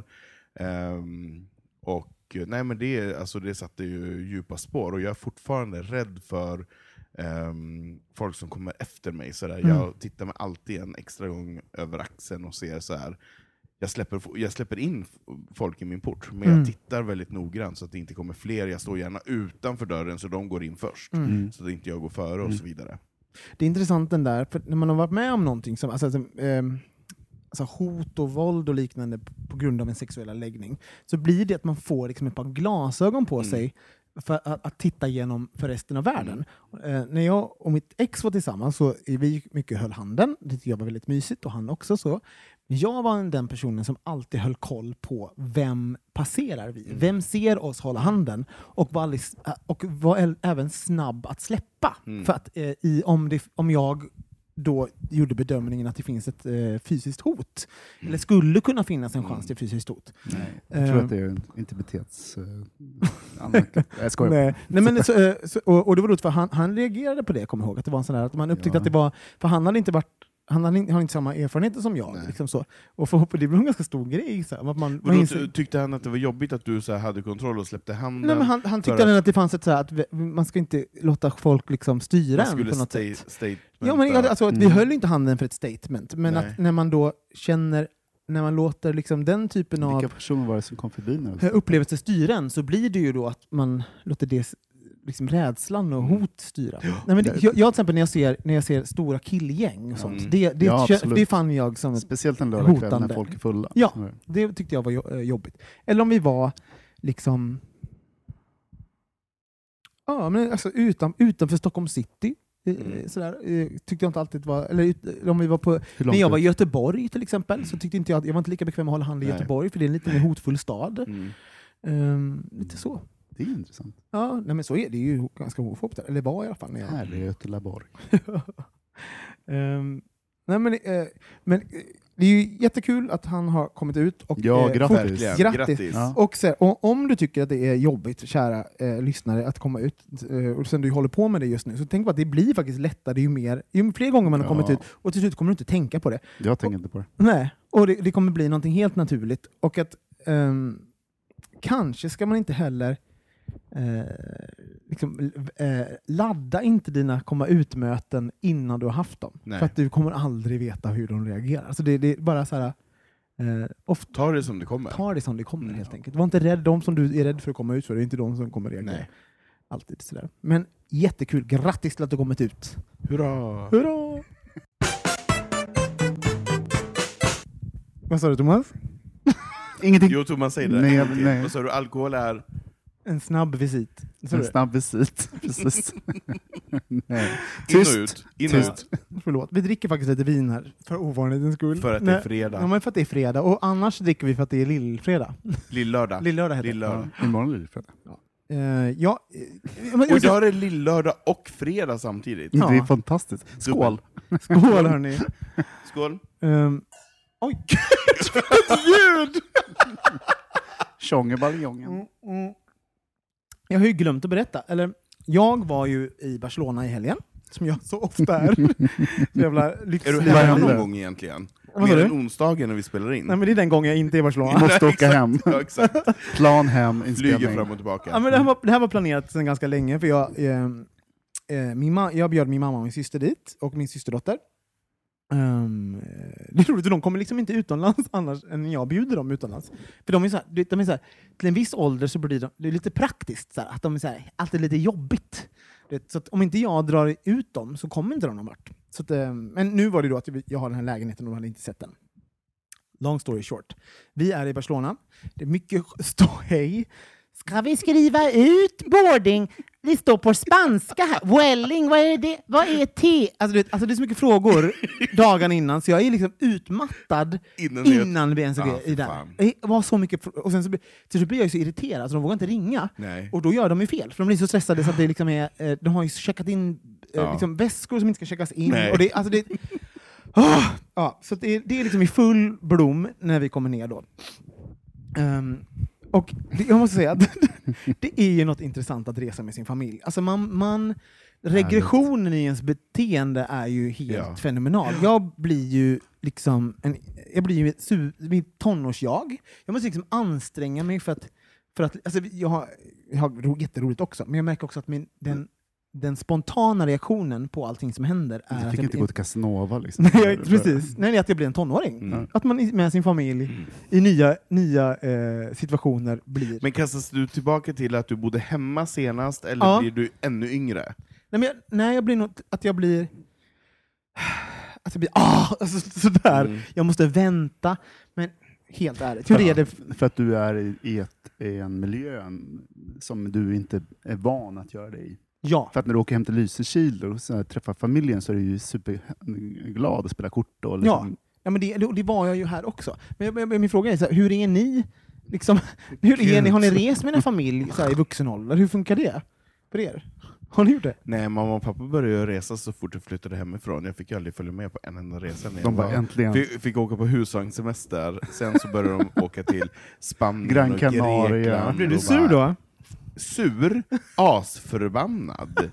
Och nej, men det satte ju djupa spår. Och jag är fortfarande rädd för folk som kommer efter mig. Jag tittar mig alltid en extra gång över axeln och ser så här. Jag släpper in folk i min port, men jag tittar väldigt noggrant så att det inte kommer fler. Jag står gärna utanför dörren så de går in först, så att inte jag går före och så vidare. Det är intressant den där, för när man har varit med om någonting som alltså hot och våld och liknande på grund av en sexuell läggning, så blir det att man får liksom ett par glasögon på sig för att titta igenom för resten av världen. När jag och mitt ex var tillsammans så vi mycket höll handen. Det tyckte jag var väldigt mysigt och han också så. Jag var den personen som alltid höll koll på vem passerar vi. Vem ser oss hålla handen och var även snabb att släppa. För att om jag då gjorde bedömningen att det finns ett fysiskt hot. Eller skulle kunna finnas en chans till fysiskt hot. Nej, jag tror att det är en integritets... jag skojar. Nej, men och det var roligt för han reagerade på det, jag kommer ihåg. Att det var en sån där, att man upptäckte att det var... För han hade inte varit... Han har inte samma erfarenheter som jag. Liksom så. Och det blev en ganska stor grej. Så. Tyckte han att det var jobbigt att du så här, hade kontroll och släppte handen? Nej, men han tyckte att det fanns ett så här, att man ska inte låta folk liksom styra en på något sätt. Ja, men alltså, vi höll inte handen för ett statement. Men att när man då känner, när man låter liksom den typen av... Vilka personer var det som kom förbi nu? Upplevelse styra en, så blir det ju då att man låter det... liksom rädslan och hot styra. Nej, men jag till exempel när jag ser stora killgäng och sånt, det fann jag som speciellt en lördagkväll när folk är fulla. Ja, det tyckte jag var jobbigt. Eller om vi var liksom men alltså utanför Stockholm city. Sådär, tyckte jag inte alltid var, eller om vi var på, när jag var i Göteborg till exempel, så tyckte inte jag var inte lika bekväm att hålla hand i Göteborg, för det är en lite mer hotfull stad. Lite så. Det är intressant. Ja, nej, men så är det ju ganska homofobt. Eller var i alla fall. Härlig Göteborg. Nej, men det är ju jättekul att han har kommit ut. Och, grattis. Ja. Och om du tycker att det är jobbigt, kära lyssnare, att komma ut, och sen du håller på med det just nu, så tänk på att det blir faktiskt lättare ju fler gånger man har kommit ut, och till slut kommer du inte tänka på det. Jag tänker inte på det. Nej, och det kommer bli någonting helt naturligt. Och att kanske ska man inte heller ladda inte dina komma ut-möten innan du har haft dem. Nej. För att du kommer aldrig veta hur de reagerar. Alltså det är bara så här, Ta det som det kommer. Ta det som det kommer helt enkelt. Var inte rädd. De som du är rädd för att komma ut för, det är inte de som kommer reagera. Nej. Alltid sådär. Men jättekul. Grattis till att du kommit ut. Hurra! Hurra! Vad sa du, Thomas? Ingenting. Jo, Thomas säger det. Nej. Vad sa du? Alkohol är... En snabb visit. En snabb visit. Precis. Nej. In och ut. Förlåt. Vi dricker faktiskt lite vin här. För ovanlighetens skull. För att det är fredag. Ja, men för att det är fredag. Och annars dricker vi för att det är lillfredag. Lillördag. Lillördag heter Lillördag. Ja, imorgon är det fredag. Och idag är det lillördag och fredag samtidigt. Ja. Det är fantastiskt. Skål! Skål, hörni. Skål. Oj, vilket ljud! Tjongebaljongen. Jag har ju glömt att berätta. Eller, jag var ju i Barcelona i helgen. Som jag så ofta är. Så jävla Är du hemma någon gång egentligen? Mer än onsdagen när vi spelar in. Nej, men det är den gången jag inte är i Barcelona. Jag måste åka hem. Ja, exakt. Plan hem, inspelning. Flyger fram och tillbaka. Ja, men det här var planerat sedan ganska länge. För jag bjöd min mamma och min syster dit. Och min systerdotter. Det är roligt, de kommer liksom inte utomlands annars än jag bjuder dem utomlands. För de är så här, till en viss ålder så blir det är lite praktiskt så här, att de är så här, alltid lite jobbigt. Så att om inte jag drar ut dem så kommer inte de någon vart. Så att, men nu var det då att jag har den här lägenheten och de hade inte sett den. Long story short. Vi är i Barcelona. Det är mycket ståhej. Ska vi skriva ut boarding? Det står på spanska här. Welling, vad är det? Vad är te? Alltså det är så mycket frågor dagen innan. Så jag är liksom utmattad innan vi ens är i den. Det var så mycket. Och sen så blir jag ju så irriterad så de vågar inte ringa. Nej. Och då gör de ju fel. För de blir så stressade så att det liksom är... De har ju checkat in liksom väskor som inte ska checkas in. Nej. Och så det är liksom i full blom när vi kommer ner då. Och jag måste säga att det är ju något intressant att resa med sin familj. Alltså regressionen i ens beteende är ju helt fenomenal. Jag blir ju liksom mitt tonårsjag. Jag måste liksom anstränga mig för att alltså jag har jätteroligt också, men jag märker också att den spontana reaktionen på allting som händer är... Du fick inte gå till Casanova liksom. Nej, precis. Nej, att jag blir en tonåring. Att man med sin familj i nya situationer blir... Men kastas du tillbaka till att du bodde hemma senast, eller blir du ännu yngre? Jag blir något... Att jag blir... Alltså, sådär. Jag måste vänta. Men helt ärligt, hur är det... För att du är i en miljö som du inte är van att göra det i. Ja. För att när du åker hem till Lysekil och träffar familjen så är du ju superglad att spela kort. Och liksom... Ja, men det var jag ju här också. Men min fråga är så här, hur är ni? Liksom, har ni rest med en familj så här, i vuxen ålder? Hur funkar det för er? Har ni gjort det? Nej, mamma och pappa började resa så fort jag flyttade hemifrån. Jag fick ju aldrig följa med på en enda resa. De bara äntligen. Fick åka på husvagnssemester. Sen så började de åka till Spanien Gran och Canaria. Grekland. Blir du sur då? Sur? Asförbannad.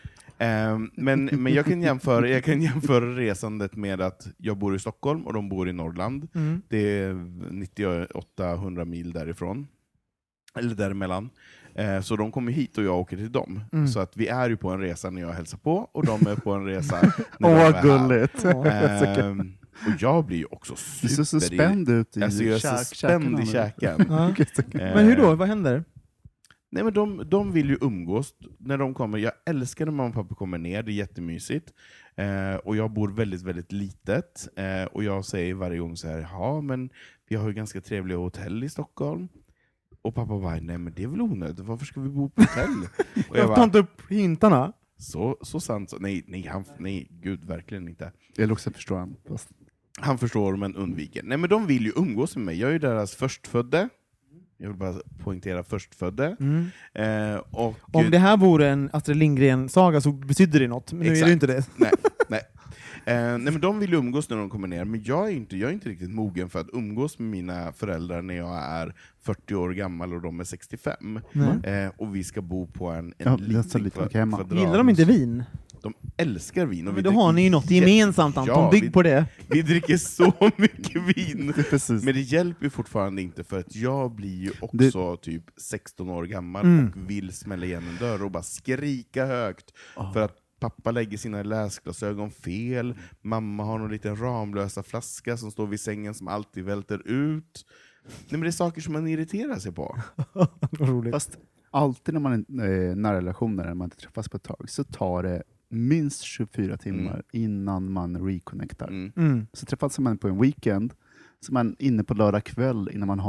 Men jag kan jämföra resandet med att jag bor i Stockholm och de bor i Norrland. Det är 98-100 mil därifrån. Eller däremellan. Så de kommer hit och jag åker till dem. Så att vi är ju på en resa när jag hälsar på och de är på en resa när de är gulligt. Och jag blir ju också super... Du är så spänd ut i alltså jag är så spänd i käken. Men hur då? Vad händer? Nej, men de vill ju umgås när de kommer. Jag älskar när mamma och pappa kommer ner, det är jättemysigt. Och jag bor väldigt, väldigt litet. Och jag säger varje gång så här, ja men vi har ju ganska trevliga hotell i Stockholm. Och pappa bara, nej men det är väl onödigt, varför ska vi bo på hotell? Och jag tar inte upp hintarna. Så sant. Så, nej, gud, verkligen inte. Eller också förstår han. Han förstår men undviker. Nej men de vill ju umgås med mig. Jag är ju deras förstfödde. Jag vill bara poängtera förstfödde. Och om det här vore en Astrid Lindgren-saga så betyder det något. Men nu är det inte det. Nej. Nej, men de vill umgås när de kommer ner. Men jag är inte riktigt mogen för att umgås med mina föräldrar när jag är 40 år gammal och de är 65. Och vi ska bo på en liten kvadrat. Gillar de inte vin? De älskar vin. Och men då har ni ju något gemensamt, Anton. Bygg på det. Vi dricker så mycket vin. Men det hjälper ju fortfarande inte, för att jag blir ju också typ 16 år gammal och vill smälla igen en dörr och bara skrika högt. För att pappa lägger sina läsglasögon fel, mamma har någon liten Ramlösa flaska som står vid sängen som alltid välter ut. Nej, men det är saker som man irriterar sig på. Roligt. Fast alltid när man är nära relationer, när man inte träffas på ett tag, så tar det minst 24 timmar innan man reconnectar. Så träffas man på en weekend, så man är inne på lördag kväll innan man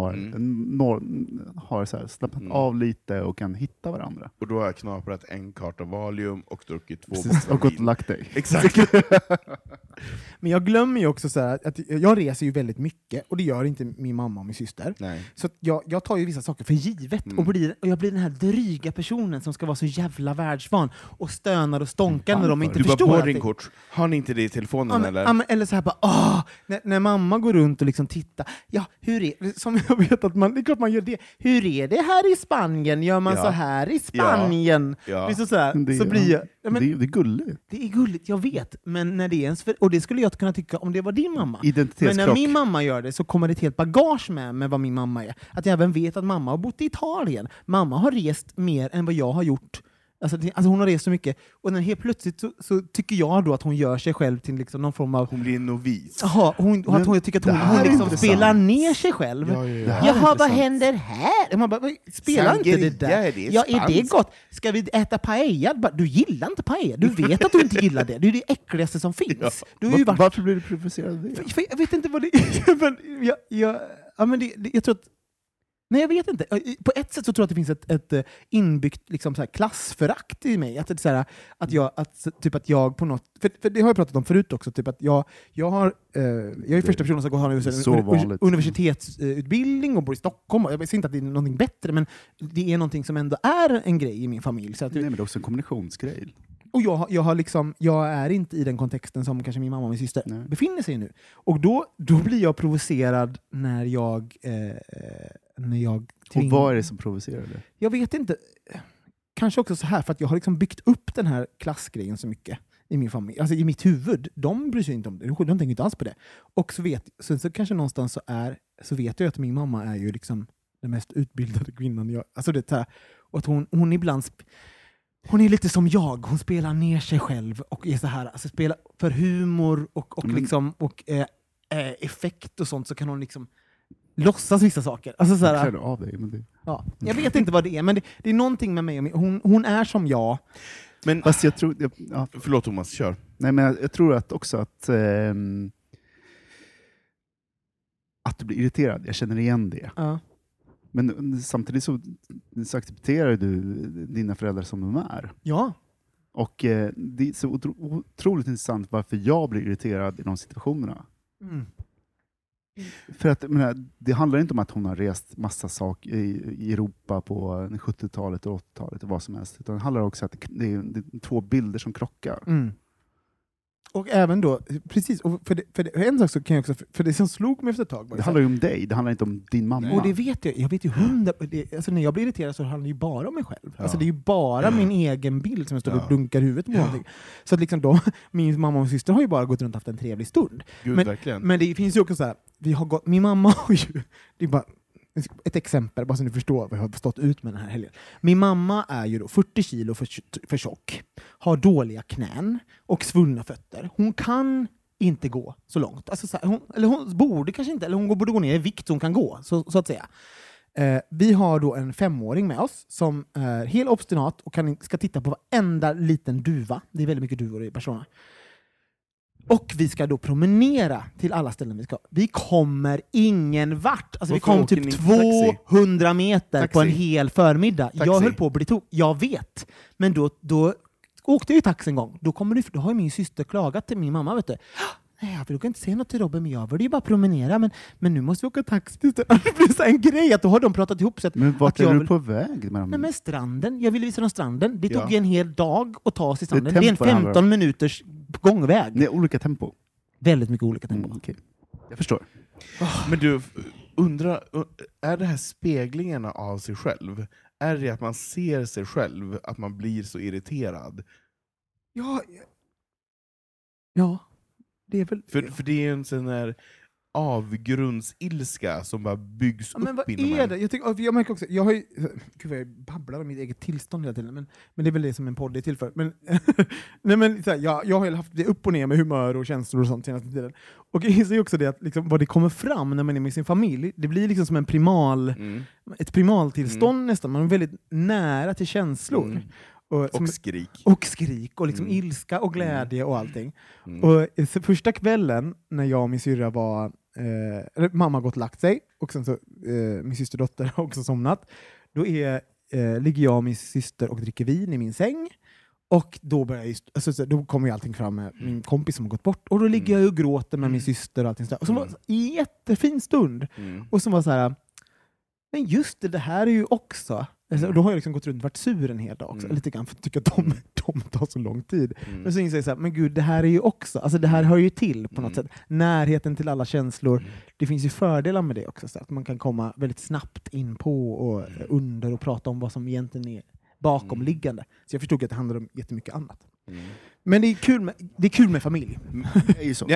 har så här slappnat av lite och kan hitta varandra. Och då har jag knaprat en karta Valium och druckit 2 Och gått och lagt dig. Exakt. Men jag glömmer ju också så här att jag reser ju väldigt mycket, och det gör inte min mamma och min syster. Nej. Så att jag tar ju vissa saker för givet, och jag blir den här dryga personen som ska vara så jävla världsvan och stönar och stånkar när de inte Du förstår bara, allting. boardingkort. Har ni inte det i telefonen eller? Eller så här bara, när mamma går runt och liksom tittar, hur är som jag vet att det är klart man gör det. Hur är det här i Spanien? Gör man så här i Spanien? Ja. Det är så här, så blir jag, det är gulligt. Det är gulligt, jag vet. Men när det är ens och det skulle jag kunna tycka om det var din mamma. Men när min mamma gör det så kommer det ett helt bagage med vad min mamma är. Att jag även vet att mamma har bott i Italien. Mamma har rest mer än vad jag har gjort. Alltså hon har rest så mycket. Och när helt plötsligt så tycker jag då att hon gör sig själv till liksom någon form av... Hon blir en novis. Jaha, hon tycker att hon liksom spelar ner sig själv. Jaha, vad händer här? Man bara, spela inte det där. Är det gott? Ska vi äta paella? Du gillar inte paella. Du vet att du inte gillar det. Det är det äckligaste som finns. Varför blir du provocerad av det? För jag vet inte vad det är. Men jag tror att... Nej, jag vet inte. På ett sätt så tror jag att det finns ett inbyggt liksom, så här, klassförakt i mig. Att jag på något... För det har jag pratat om förut också. Typ att jag är första personen som har en universitetsutbildning och bor i Stockholm. Jag säger inte att det är någonting bättre, men det är någonting som ändå är en grej i min familj. Så att Nej, men det är också en kombinationsgrej. Och jag är inte i den kontexten som kanske min mamma och min syster befinner sig i nu. Och då blir jag provocerad när jag Och vad är det som provocerar dig? Jag vet inte. Kanske också så här, för att jag har liksom byggt upp den här klassgrejen så mycket i min familj. Alltså i mitt huvud. De bryr sig inte om det. De tänker inte alls på det. Och så kanske någonstans så vet jag att min mamma är ju liksom den mest utbildade kvinnan jag... Alltså det här, och att hon ibland... Hon är lite som jag. Hon spelar ner sig själv och är så här, alltså spelar för humor och effekt och sånt, så kan hon liksom låtsas vissa saker. Alltså så här, av dig, men det... Ja, jag vet inte vad det är, men det är någonting med mig. Hon är som jag. Men fast jag tror... Förlåt Thomas, kör. Nej, men jag tror att också att du blir irriterad. Jag känner igen det. Ja. Men samtidigt så accepterar du dina föräldrar som de är. Ja. Och det är så otroligt intressant varför jag blir irriterad i de situationerna. Mm. För att det handlar inte om att hon har rest massa saker i Europa på 70-talet och 80-talet och vad som helst. Utan det handlar också om att det är 2 bilder som krockar. Mm. Och även då, precis, och för en sak så kan jag också, för det som slog mig efter ett tag. Det handlar ju om dig, det handlar inte om din mamma. Och det vet jag vet ju 100, alltså när jag blir irriterad så handlar det ju bara om mig själv. Ja. Alltså det är ju bara min egen bild som jag står och dunkar huvudet på någonting. Så att liksom min mamma och syster har ju bara gått runt och haft en trevlig stund. Men det finns ju också så här, min mamma har ju, det är bara ett exempel, bara så ni förstår vad jag har stått ut med den här helgen. Min mamma är ju då 40 kilo för tjock, har dåliga knän och svullna fötter. Hon kan inte gå så långt. Alltså så här, hon borde kanske inte, eller hon borde gå ner i vikt så hon kan gå, så att säga. Vi har då en 5-åring med oss som är helt obstinat och ska titta på varenda liten duva. Det är väldigt mycket duvor i Barcelona. Och vi ska då promenera till alla ställen vi ska. Vi kommer ingen vart. Alltså vi kom typ 200 meter på en hel förmiddag. Taxi. Jag höll på att bli jag vet. Men då åkte jag ju taxi en gång. Då har ju min syster klagat till min mamma, vet du. Nej, jag vill inte säga något till Robin, men jag vill ju bara promenera. Men nu måste vi åka taxi. Det blir så en grej att då har de pratat ihop sig. Men vart är du på väg med dem? Nej, men stranden. Jag ville visa dem stranden. Det tog ju en hel dag att ta sig stranden. Det är en tempo 15 minuters gångväg. Det är olika tempo. Väldigt mycket olika tempo. Okay. Jag förstår. Men du, undrar, är det här speglingarna av sig själv? Är det att man ser sig själv, att man blir så irriterad? Ja. Det är väl... För det är en sån här... avgrundsilska som bara byggs men upp vad inom är det? Jag märker också, jag har ju, gud vad jag babblar om mitt eget tillstånd hela tiden, men det är väl det som en podd är till för. Men, nej, men så här, jag har ju haft det upp och ner med humör och känslor och sånt senaste tiden. Och jag inser ju också det att liksom, vad det kommer fram när man är med sin familj, det blir liksom som en ett primaltillstånd nästan. Man är väldigt nära till känslor. Och skrik. Och skrik och liksom ilska och glädje och allting. Och första kvällen när jag och min syrra var mamma gått och lagt sig och sen så min systerdotter har också somnat. Då ligger jag och min syster och dricker vin i min säng. Och då då kommer ju allting fram med min kompis som har gått bort. Och då ligger jag och gråter med min syster och allting sådär. Och så var det en jättefin stund. Och så var så här, men just det här är ju också. Alltså, då har jag liksom gått runt och varit sur en hel dag också. Lite grann för att tycka att de tar så lång tid. Men så inser jag så här, men gud, det här är ju också, alltså det här hör ju till på något sätt. Närheten till alla känslor. Det finns ju fördelar med det också. Så att man kan komma väldigt snabbt in på och under och prata om vad som egentligen är bakomliggande. Så jag förstod att det handlar om jättemycket annat. Men det är kul med familj. Det är ju så. Ja,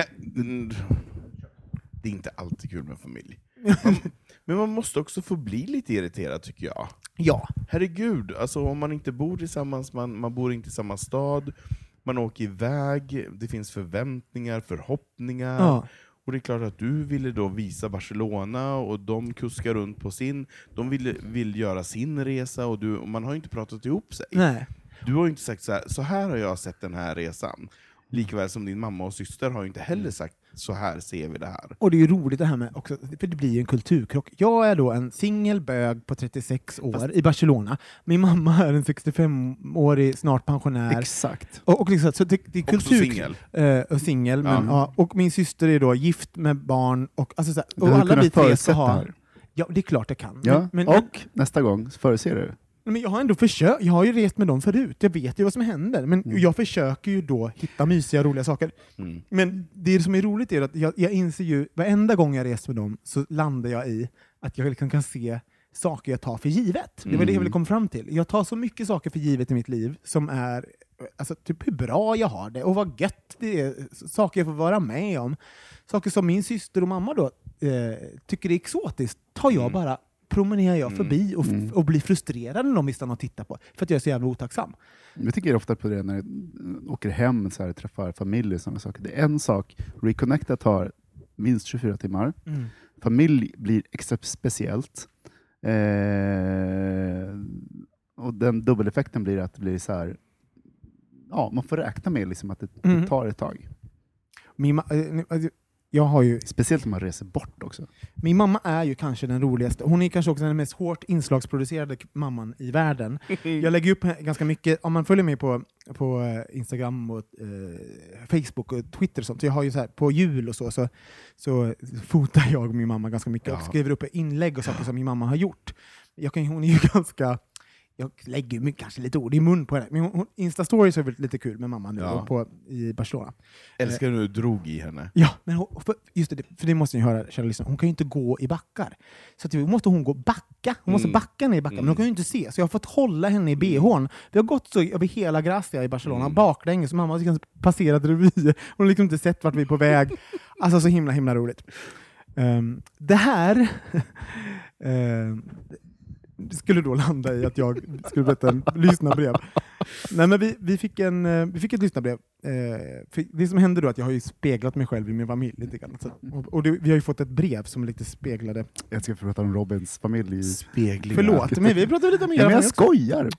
det är inte alltid kul med familj. Men man måste också få bli lite irriterad, tycker jag. Ja. Herregud, alltså om man inte bor tillsammans, man bor inte i samma stad, man åker iväg, det finns förväntningar, förhoppningar. Ja. Och det är klart att du ville då visa Barcelona och de kuskar runt på de vill göra sin resa och man har ju inte pratat ihop sig. Nej. Du har ju inte sagt så här har jag sett den här resan. Likväl som din mamma och syster har ju inte heller sagt så här ser vi det här. Och det är ju roligt det här med också, för det blir ju en kulturkrock. Jag är då en singelbög på 36 år i Barcelona. Min mamma är en 65-årig snart pensionär. Exakt. Och liksom, så det är kultur... singel. Och singel, men ja, och min syster är då gift med barn och alltså så här, och Du alla vi tre så har... har... Ja, det är klart jag kan. Ja, men och nästa gång förutser du. Men jag har ändå försökt, jag har ju rest med dem förut, jag vet ju vad som händer, men jag försöker ju då hitta mysiga, roliga saker. Men det som är roligt är att jag inser ju, varenda gång jag reser med dem så landar jag i att jag liksom kan se saker jag tar för givet. Det var det jag ville komma fram till. Jag tar så mycket saker för givet i mitt liv som är, alltså typ hur bra jag har det och vad gött det är, saker jag får vara med om. Saker som min syster och mamma då tycker är exotiskt, tar jag bara promenerar jag förbi och blir frustrerad när de vill stanna och titta på. För att jag är så jävla otacksam. Jag tycker ofta på det när jag åker hem så här, träffar familj och sådana saker. Det är en sak, Reconnecta tar minst 24 timmar. Familj blir extra speciellt. Och den dubbeleffekten blir att det blir så här, ja, man får räkna med liksom att det tar ett tag. Jag har ju... Speciellt om man reser bort också. Min mamma är ju kanske den roligaste. Hon är kanske också den mest hårt inslagsproducerade mamman i världen. Jag lägger upp ganska mycket, om man följer mig på Instagram och Facebook och Twitter och sånt. Så jag har ju så här, på jul och så fotar jag min mamma ganska mycket och skriver upp inlägg och saker som min mamma har gjort. Hon är ju ganska... Jag lägger ju kanske lite ord i mun på henne. Men Insta-stories är väl lite kul med mamma nu i Barcelona. Älskar du drog i henne? Ja, men just det, för det måste ni höra, kära lyssnare. Hon kan ju inte gå i backar. Så att måste hon gå backa. Hon måste backa ner i backar, men hon kan ju inte se. Så jag har fått hålla henne i BH:n. Vi har gått så över hela Gracia i Barcelona, baklänges. Så mamma har liksom passerat revy. Hon har liksom inte sett vart vi är på väg. Alltså så himla roligt. Det här... Det skulle då landa i att jag skulle berätta en lyssnarbrev. Nej, men vi fick ett lyssnarbrev. För det som hände då att jag har ju speglat mig själv i min familj lite grann. Och vi har ju fått ett brev som lite speglade. Jag ska prata om Robins familj. Speglingar. Förlåt, men vi pratade lite om men jag skojar.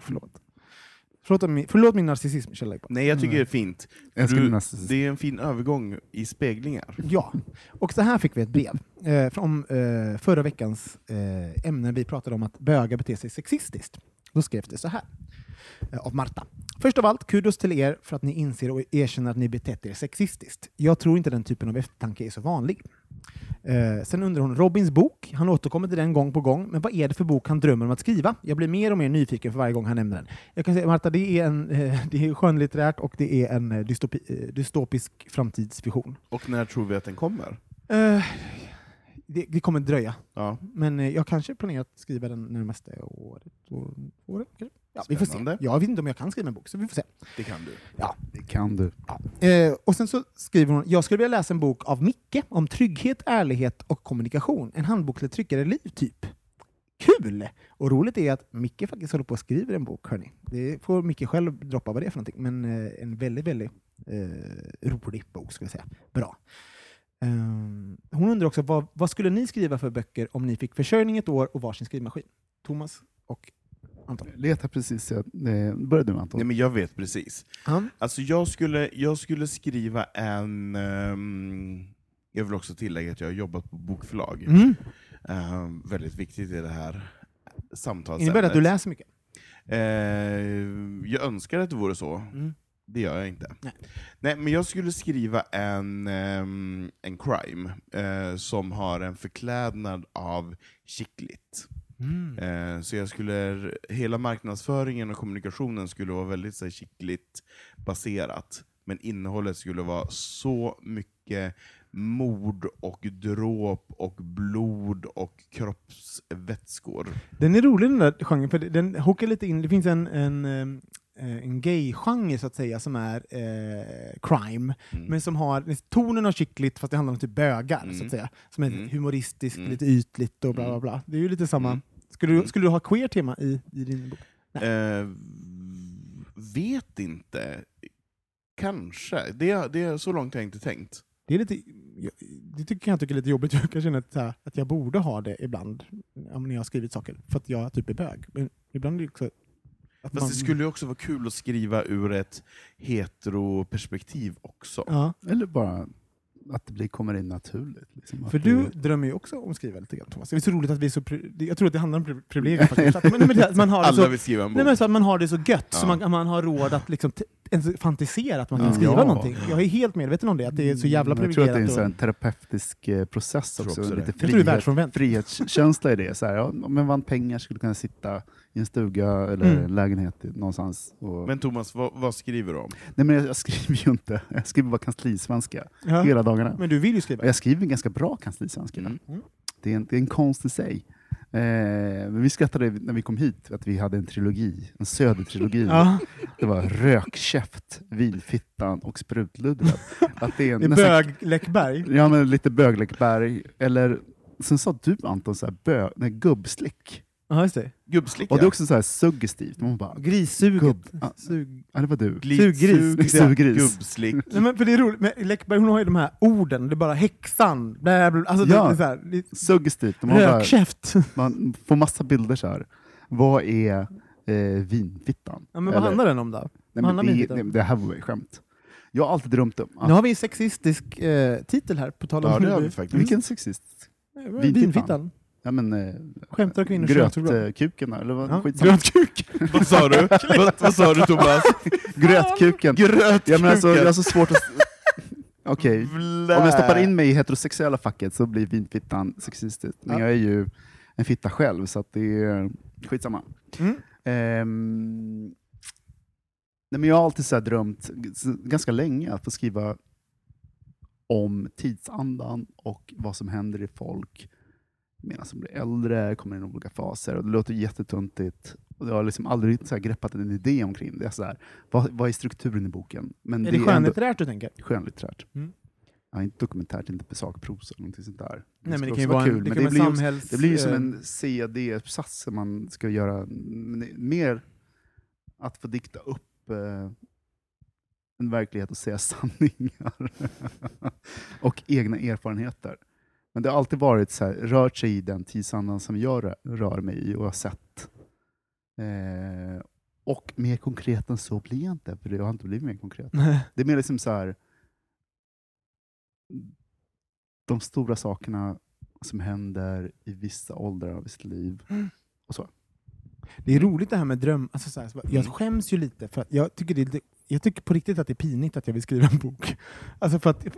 Förlåt min narcissism, Kjell. Nej, jag tycker det är fint. Det är en fin övergång i speglingar. Ja, och så här fick vi ett brev från förra veckans ämne. Vi pratade om att bögar beter sig sexistiskt. Då skrevs det så här av Marta. Först av allt, kudos till er för att ni inser och erkänner att ni betett er sexistiskt. Jag tror inte den typen av eftertanke är så vanlig. Sen undrar hon Robins bok. Han återkommer till den gång på gång. Men vad är det för bok han drömmer om att skriva? Jag blir mer och mer nyfiken för varje gång han nämner den. Jag kan säga, Marta, det är skönlitterärt och det är en dystopisk framtidsvision. Och när tror vi att den kommer? Det kommer dröja. Ja. Men jag kanske planerar att skriva den närmaste året. Ja, vi får se. Jag vet inte om jag kan skriva en bok, så vi får se. Det kan du. Ja. Det kan du. Ja. Och sen så skriver hon, jag skulle vilja läsa en bok av Micke om trygghet, ärlighet och kommunikation. En handbok till ett tryggare liv, typ. Kul! Och roligt är att Micke faktiskt håller på att skriva en bok, hörni. Det får Micke själv droppa vad det är för någonting. Men en väldigt, väldigt rolig bok, skulle jag säga. Bra. Hon undrar också, vad skulle ni skriva för böcker om ni fick försörjning ett år och varsin skrivmaskin? Thomas och Anton. Leta precis. Börjar du, Anton? Nej, men jag vet precis. Alltså jag skulle skriva en... jag vill också tillägga att jag har jobbat på bokförlag. Väldigt viktigt i det här samtalsämnet. Innebär det att du läser mycket? Jag önskar att det vore så. Det gör jag inte. Nej, men jag skulle skriva en crime som har en förklädnad av chicklit. Så jag skulle, hela marknadsföringen och kommunikationen skulle vara väldigt så här chicklit baserat. Men innehållet skulle vara så mycket mord och dråp och blod och kroppsvätskor. Den är rolig, den där genren, för den hookar lite in. Det finns en gay-genre så att säga som är crime, men som har tonen av chickligt fast det handlar om typ bögar så att säga, som är humoristiskt, lite ytligt och bla bla bla. Det är ju lite samma. Skulle du ha queer-tema i din bok? Vet inte. Kanske. Det är så långt jag inte tänkt. Det är lite, det tycker jag är lite jobbigt. Jag kan känna att jag borde ha det ibland när jag har skrivit saker, för att jag typ är bög. Men ibland är det också fast det skulle ju också vara kul att skriva ur ett hetero-perspektiv också. Ja. Eller bara att det kommer in naturligt. Liksom. För du drömmer ju också om att skriva lite grann, Thomas. Det är så roligt att vi är så... Jag tror att det handlar om privilegier faktiskt. Man har alla så, vill skriva en bok. Nej, men så att man har det så gött, så man har råd att liksom fantisera att man kan skriva någonting. Jag är helt medveten om det, att det är så jävla privilegierat. Jag tror att det är en terapeutisk process också. Lite frihetskänsla i det. Så här, om man vann pengar skulle kunna sitta i en stuga eller en lägenhet någonstans. Men Thomas, vad skriver du om? Nej, men jag skriver ju inte. Jag skriver bara kanslisvenska hela dagarna. Men du vill ju skriva. Jag skriver ganska bra kanslisvenska. Det är en konst i sig. Men vi skrattade när vi kom hit att vi hade en trilogi, en södertrilogi. Det var Rökkäft, Vinfittan och Sprutluddret. Att det är Bögläckberg. Ja, men lite Bögläckberg. Eller sen sa du, Anton, så här gubbslick. Ja, just det. Gubbslick. Och det är också så här suggestivt. Man bara, grissuget. Ja, det var du. Suggris. Gubbslick. Nej, men för det är roligt. Men Läckberg, hon har ju de här orden. Det är bara häxan. Alltså, ja, det är så här, suggestivt. Rökkäft. Man får massa bilder så här. Vad är vinfittan? Ja, men vad handlar den om då? Det här var ju skämt. Jag har alltid drömt om. Nu har vi en sexistisk titel här på tal om. Ja, det har vi faktiskt. Vilken sexistisk? Vinfittan. Ja, men skämtar kvinnor grötkuken eller vad? Ja. Grötkuken. Vad sa du? Vad sa du, Thomas? Grötkuken. Ja, men alltså, jag har så svårt att... Okej. Om jag stoppar in mig i heterosexuella facket så blir vinfittan sexistiskt. Men jag är ju en fitta själv, så att det är skitsamma. Nej, men jag har alltid så här drömt ganska länge att få skriva om tidsandan och vad som händer i folk medan de blir äldre, kommer in i olika faser. Och det låter jättetuntigt. Och jag har liksom aldrig så här greppat en idé omkring det. Så här, vad är strukturen i boken? Men är det skönlitterärt du tänker? Skönlitterärt. Ja, inte dokumentärt, inte sakprosa eller någonting sånt där. Nej, men det kan ju vara kul. Det blir ju som en CD-uppsats som man ska göra mer att få dikta upp en verklighet och säga sanningar. Och egna erfarenheter. Men det har alltid varit så här, rört sig i den tidsandan som jag rör mig i och har sett. Och mer konkret än så blir jag inte, för det har inte blivit mer konkret. Det är mer liksom så här, de stora sakerna som händer i vissa åldrar av sitt liv. Och så. Det är roligt det här med dröm. Alltså så här, jag skäms ju lite för att jag tycker på riktigt att det är pinigt att jag vill skriva en bok. Alltså för att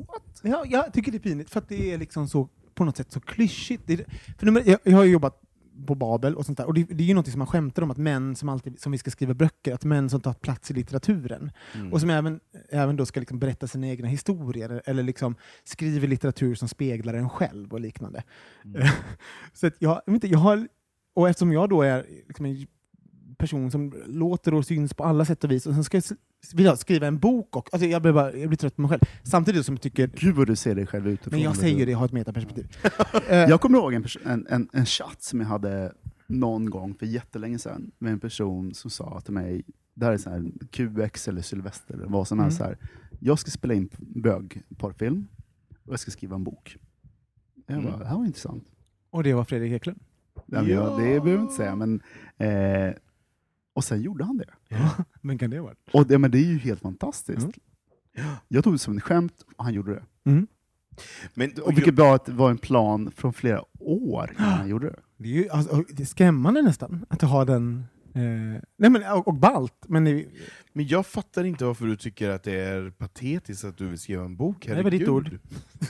jag tycker det är pinigt för att det är liksom så på något sätt så klyschigt. Jag har ju jobbat på Babel och sånt där. Och det är ju något som man skämtar om, att män som vi ska skriva böcker, att män som tar plats i litteraturen och som även då ska liksom berätta sina egna historier eller liksom skriver litteratur som speglar en själv och liknande. Så att jag har, och eftersom jag då är liksom en person som låter och syns på alla sätt och vis, och sen ska jag skriva en bok och alltså jag blir trött på mig själv. Samtidigt som jag tycker... Gud vad du ser dig själv utifrån. Men jag säger det, jag har ett metaperspektiv. Jag kommer ihåg en chatt som jag hade någon gång för jättelänge sedan med en person som sa till mig, det här är så här QX eller Sylvester eller vad som helst, så här, jag ska spela in bögporrfilm och jag ska skriva en bok. Jag bara, det här var intressant. Och det var Fredrik Eklund? Ja. Det behöver jag inte säga, men och sen gjorde han det. Ja, men kan det vara? Och men det är ju helt fantastiskt. Jag tog det som en skämt och han gjorde det. Men, och vilket bra att det var en plan från flera år innan han gjorde det. Det är ju det är skrämmande nästan att ha den... och ballt. Men jag fattar inte varför du tycker att det är patetiskt att du vill skriva en bok. Det var ditt ord.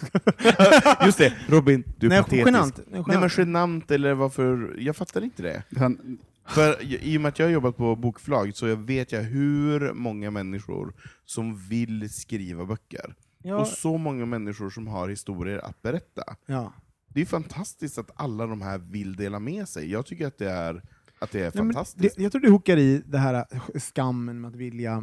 Just det, Robin, du är patetisk. Genant. Nej, men genant, eller varför? Jag fattar inte det. För i och med att jag har jobbat på bokförlag så vet jag hur många människor som vill skriva böcker. Ja. Och så många människor som har historier att berätta. Ja. Det är fantastiskt att alla de här vill dela med sig. Jag tycker att det är fantastiskt. Jag tror det hookar i det här skammen med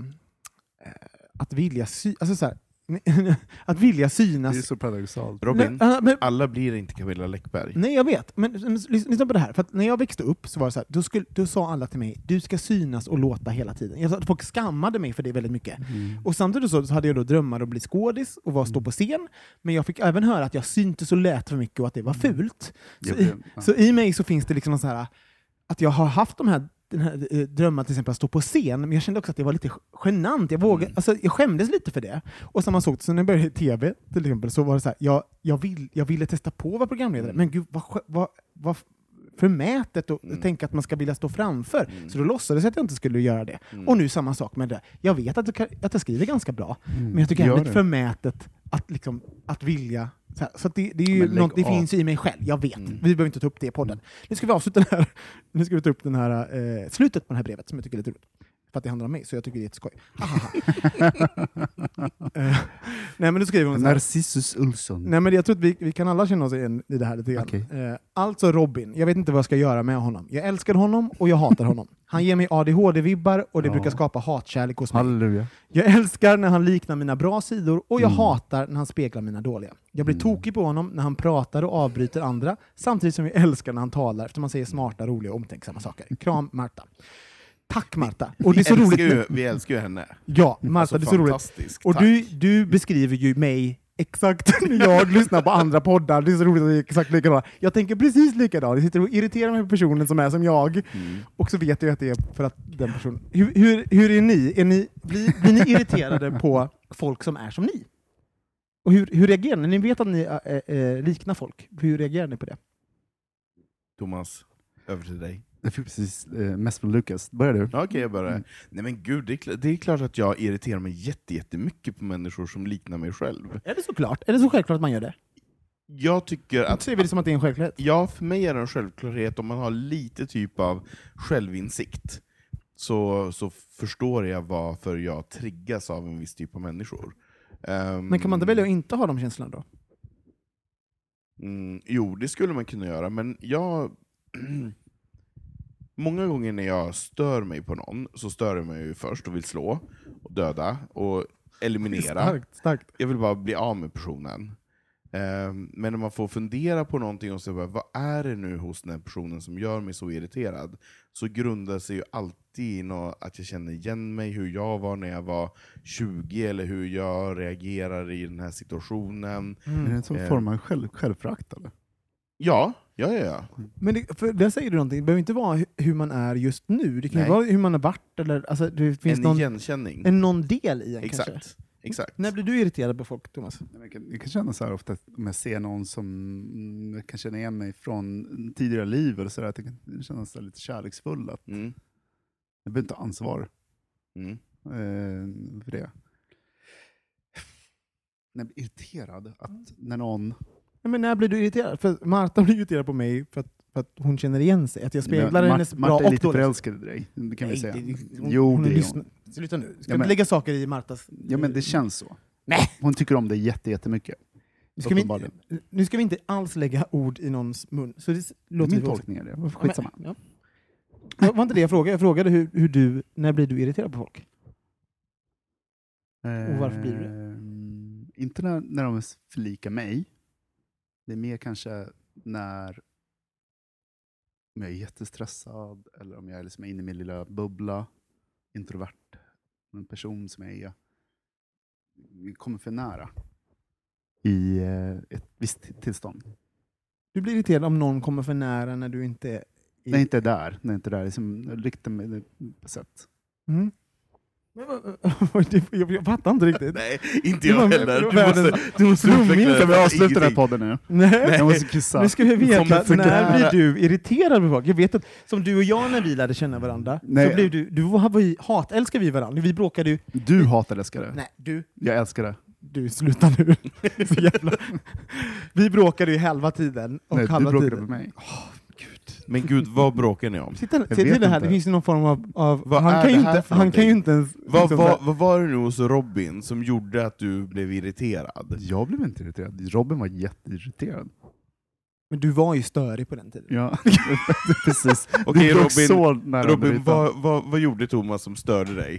att vilja alltså så här, att vilja synas. Det är så paradoxalt. Robin, alla blir inte Camilla Läckberg. Nej, jag vet. Men lyssna på det här. För att när jag växte upp så var det så här, då sa alla till mig, du ska synas och låta hela tiden. Folk skammade mig för det väldigt mycket. Och samtidigt så hade jag då drömmar att bli skådis och stå på scen. Men jag fick även höra att jag syntes och lät för mycket och att det var fult. Så i mig så finns det liksom så här, att jag har haft den här drömmen till exempel att stå på scen, men jag kände också att det var lite genant. Jag skämdes lite för det. Och samma sak, så när jag började i TV till exempel, så var det så här, jag ville testa på att vara programledare, men gud, vad förmätet att tänka att man ska vilja stå framför. Så då låtsades jag att jag inte skulle göra det. Och nu samma sak med det. Jag vet att jag skriver ganska bra, men jag tycker det är lite förmätet att vilja. Så att det är ju något, det finns i mig själv. Jag vet. Vi behöver inte ta upp det i podden. Nu ska vi avsluta den här. Nu ska vi ta upp den här slutet på det här brevet som jag tycker är lite roligt. För att det handlar om mig, så jag tycker det är jätteskoj. Nej, men då skriver hon så här. Narcissus Olsson. Nej, men jag tror att vi kan alla känna oss igen i det här lite grann. Okay. Alltså Robin, jag vet inte vad jag ska göra med honom. Jag älskar honom och jag hatar honom. Han ger mig ADHD-vibbar och det brukar skapa hatkärlek hos mig. Halleluja. Jag älskar när han liknar mina bra sidor och jag hatar när han speglar mina dåliga. Jag blir tokig på honom när han pratar och avbryter andra, samtidigt som jag älskar när han talar, eftersom han säger smarta, roliga och omtänksamma saker. Kram, Marta. Tack, Marta. Och det är så roligt. Vi älskar ju henne. Ja, Marta, det är så roligt. Och du beskriver ju mig exakt när jag lyssnar på andra poddar. Det är så roligt att det är exakt likadant. Jag tänker precis likadant. Jag sitter och irriterar mig på personen som är som jag. Och så vet jag att det är för att den personen... Hur är ni? Blir ni irriterade på folk som är som ni? Och hur reagerar ni? När ni vet att ni liknar folk, hur reagerar ni på det? Thomas, över till dig. Jag fick precis mest från Lukas. Börjar du? Okej, jag börjar. Nej men gud, det är klart att jag irriterar mig jättemycket på människor som liknar mig själv. Är det så klart? Är det så självklart att man gör det? Jag tycker att... Ser vi det som att det är en självklarhet? Ja, för mig är det en självklarhet om man har lite typ av självinsikt. Så förstår jag varför jag triggas av en viss typ av människor. Men kan man inte välja att inte ha de känslorna då? Jo, det skulle man kunna göra, men många gånger när jag stör mig på någon så stör jag mig ju först och vill slå och döda och eliminera. Starkt. Jag vill bara bli av med personen. Men när man får fundera på någonting och säga vad är det nu hos den här personen som gör mig så irriterad, så grundar sig ju alltid i att jag känner igen mig, hur jag var när jag var 20 eller hur jag reagerar i den här situationen. Är det en sån form av självförakt eller? Ja. Men där säger du någonting. Det behöver inte vara hur man är just nu. Det kan ju vara hur man har varit. Eller, alltså, det finns igenkänning. Någon del i en. Exakt. Kanske. Exakt. När blir du irriterad på folk, Thomas? Jag kan känna så här ofta om jag ser någon som jag kan känna igen mig från tidigare liv eller så där, att jag kan känna så lite kärleksfull att jag behöver inte ansvar för det. När jag blir irriterad att när någon... Men när blir du irriterad? För Marta blir irriterad på mig för att för att hon känner igen sig. Att jag speglar hennes bra Marta är och lite dåliga. förälskad i dig, det kan vi säga. Hon Det är lyssnar. hon. Sluta nu. Ska Ja, inte men- lägga saker i Martas... Ja, men det känns så. Nej. Hon tycker om det jättemycket. Nu ska vi inte alls lägga ord i någons mun. Så det låter Min vi också. tolkning är det. Skitsamma. Ja. Det var inte det jag frågade. Jag frågade hur du... När blir du irriterad på folk? Och varför blir du det? Inte när de förlikar mig. Det är mer kanske när om jag är jättestressad eller om jag är liksom inne i min lilla bubbla, introvert, en person som jag är kommer för nära i ett visst tillstånd. Du blir irriterad om någon kommer för nära när du inte är... När jag inte är där. När jag inte är där. Liksom, riktar mig på sätt. Mm. Jag fattar inte riktigt. Nej, inte jag heller. Du måste Ska utveckla vi avsluta den här ingenting. podden nu? Nej. Jag måste kissa. Nu ska vi Kommer veta, för när nära. blir du irriterad på folk? Jag vet att som du och jag när vi lärde känna varandra, Nej. så blev du hatälskar vi varandra. Vi bråkade ju... Du hatar älskare. Nej, Jag älskar det. du sluta nu. Så jävla... Vi bråkade ju halva tiden. Och Nej, du halva bråkade tiden. med mig. Men gud, vad bråkar ni om? Se vet till det här, inte. det finns ju någon form av Vad han är kan det ju här inte, för han kan ju inte ens... Vad liksom var det nu hos Robin som gjorde att du blev irriterad? Jag blev inte irriterad. Robin var jätteirriterad. Men du var ju störig på den tiden. Ja, precis. Okej, Du låg Robin, så nära Robin brytan. vad gjorde Thomas som störde dig?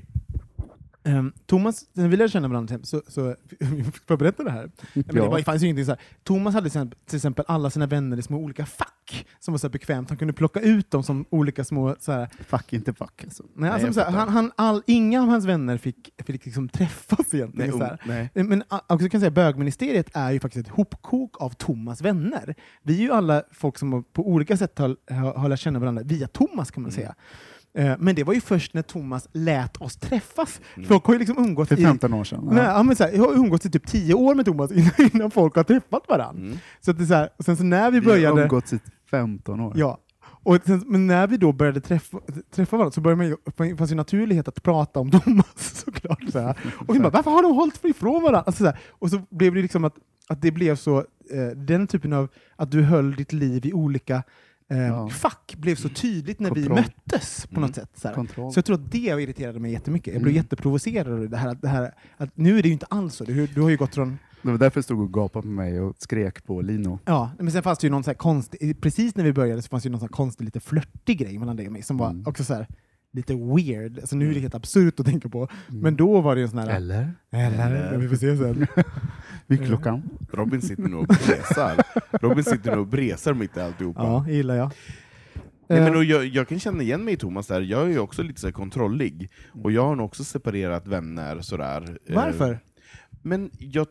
Thomas, när vi lärde känna varandra så får jag berätta det här? Men det fanns ju ingenting så här. Thomas hade till exempel alla sina vänner i små olika fack som var så här bekvämt. Han kunde plocka ut dem som olika små så här. Fuck, inte fuck. Alltså. Nej, alltså, jag så här, inga av hans vänner fick liksom träffas egentligen. Så här. Nej. Men också kan jag säga, bögministeriet är ju faktiskt ett hopkok av Thomas vänner. Vi är ju alla folk som på olika sätt har lärt känna varandra via Thomas, kan man säga. Men det var ju först när Thomas lät oss träffas. Folk har ju liksom umgått För 15 år sedan. Nej, ja, men så här, jag har umgåtts i typ 10 år med Thomas innan folk har träffat varandra. Så att det är så här, och sen så när vi Vi har började... umgåtts i 15 år. Ja. Och sen, men när vi då började träffa varandra så började man fanns ju naturlighet att prata om Thomas, såklart. Så här. Och vi bara, varför har de hållit ifrån varandra? Alltså, så här. Och så blev det liksom att det blev så, den typen av att du höll ditt liv i olika fack blev så tydligt när vi möttes på något sätt. Så här. Så jag tror att det irriterade mig jättemycket. Jag blev jätteprovocerad av det här att nu är det ju inte alls så. Du har ju gått från... Det var därför jag stod och gapade på mig och skrek på Lino. Ja, men sen fanns det ju någon så här konstig, precis när vi började så fanns det ju någon så här konstig, lite flörtig grej mellan dig och mig som var också så här lite weird. Alltså nu är det helt absurt att tänka på. Men då var det ju en sån här... Eller? Vi får se sen. Vid klockan. Robin sitter nu och bresar mitt i alltihopa. Ja, det gillar jag. Nej, men och jag kan känna igen mig i Thomas där. Jag är ju också lite så här kontrollig. Och jag har nog också separerat vänner sådär. Varför? Men jag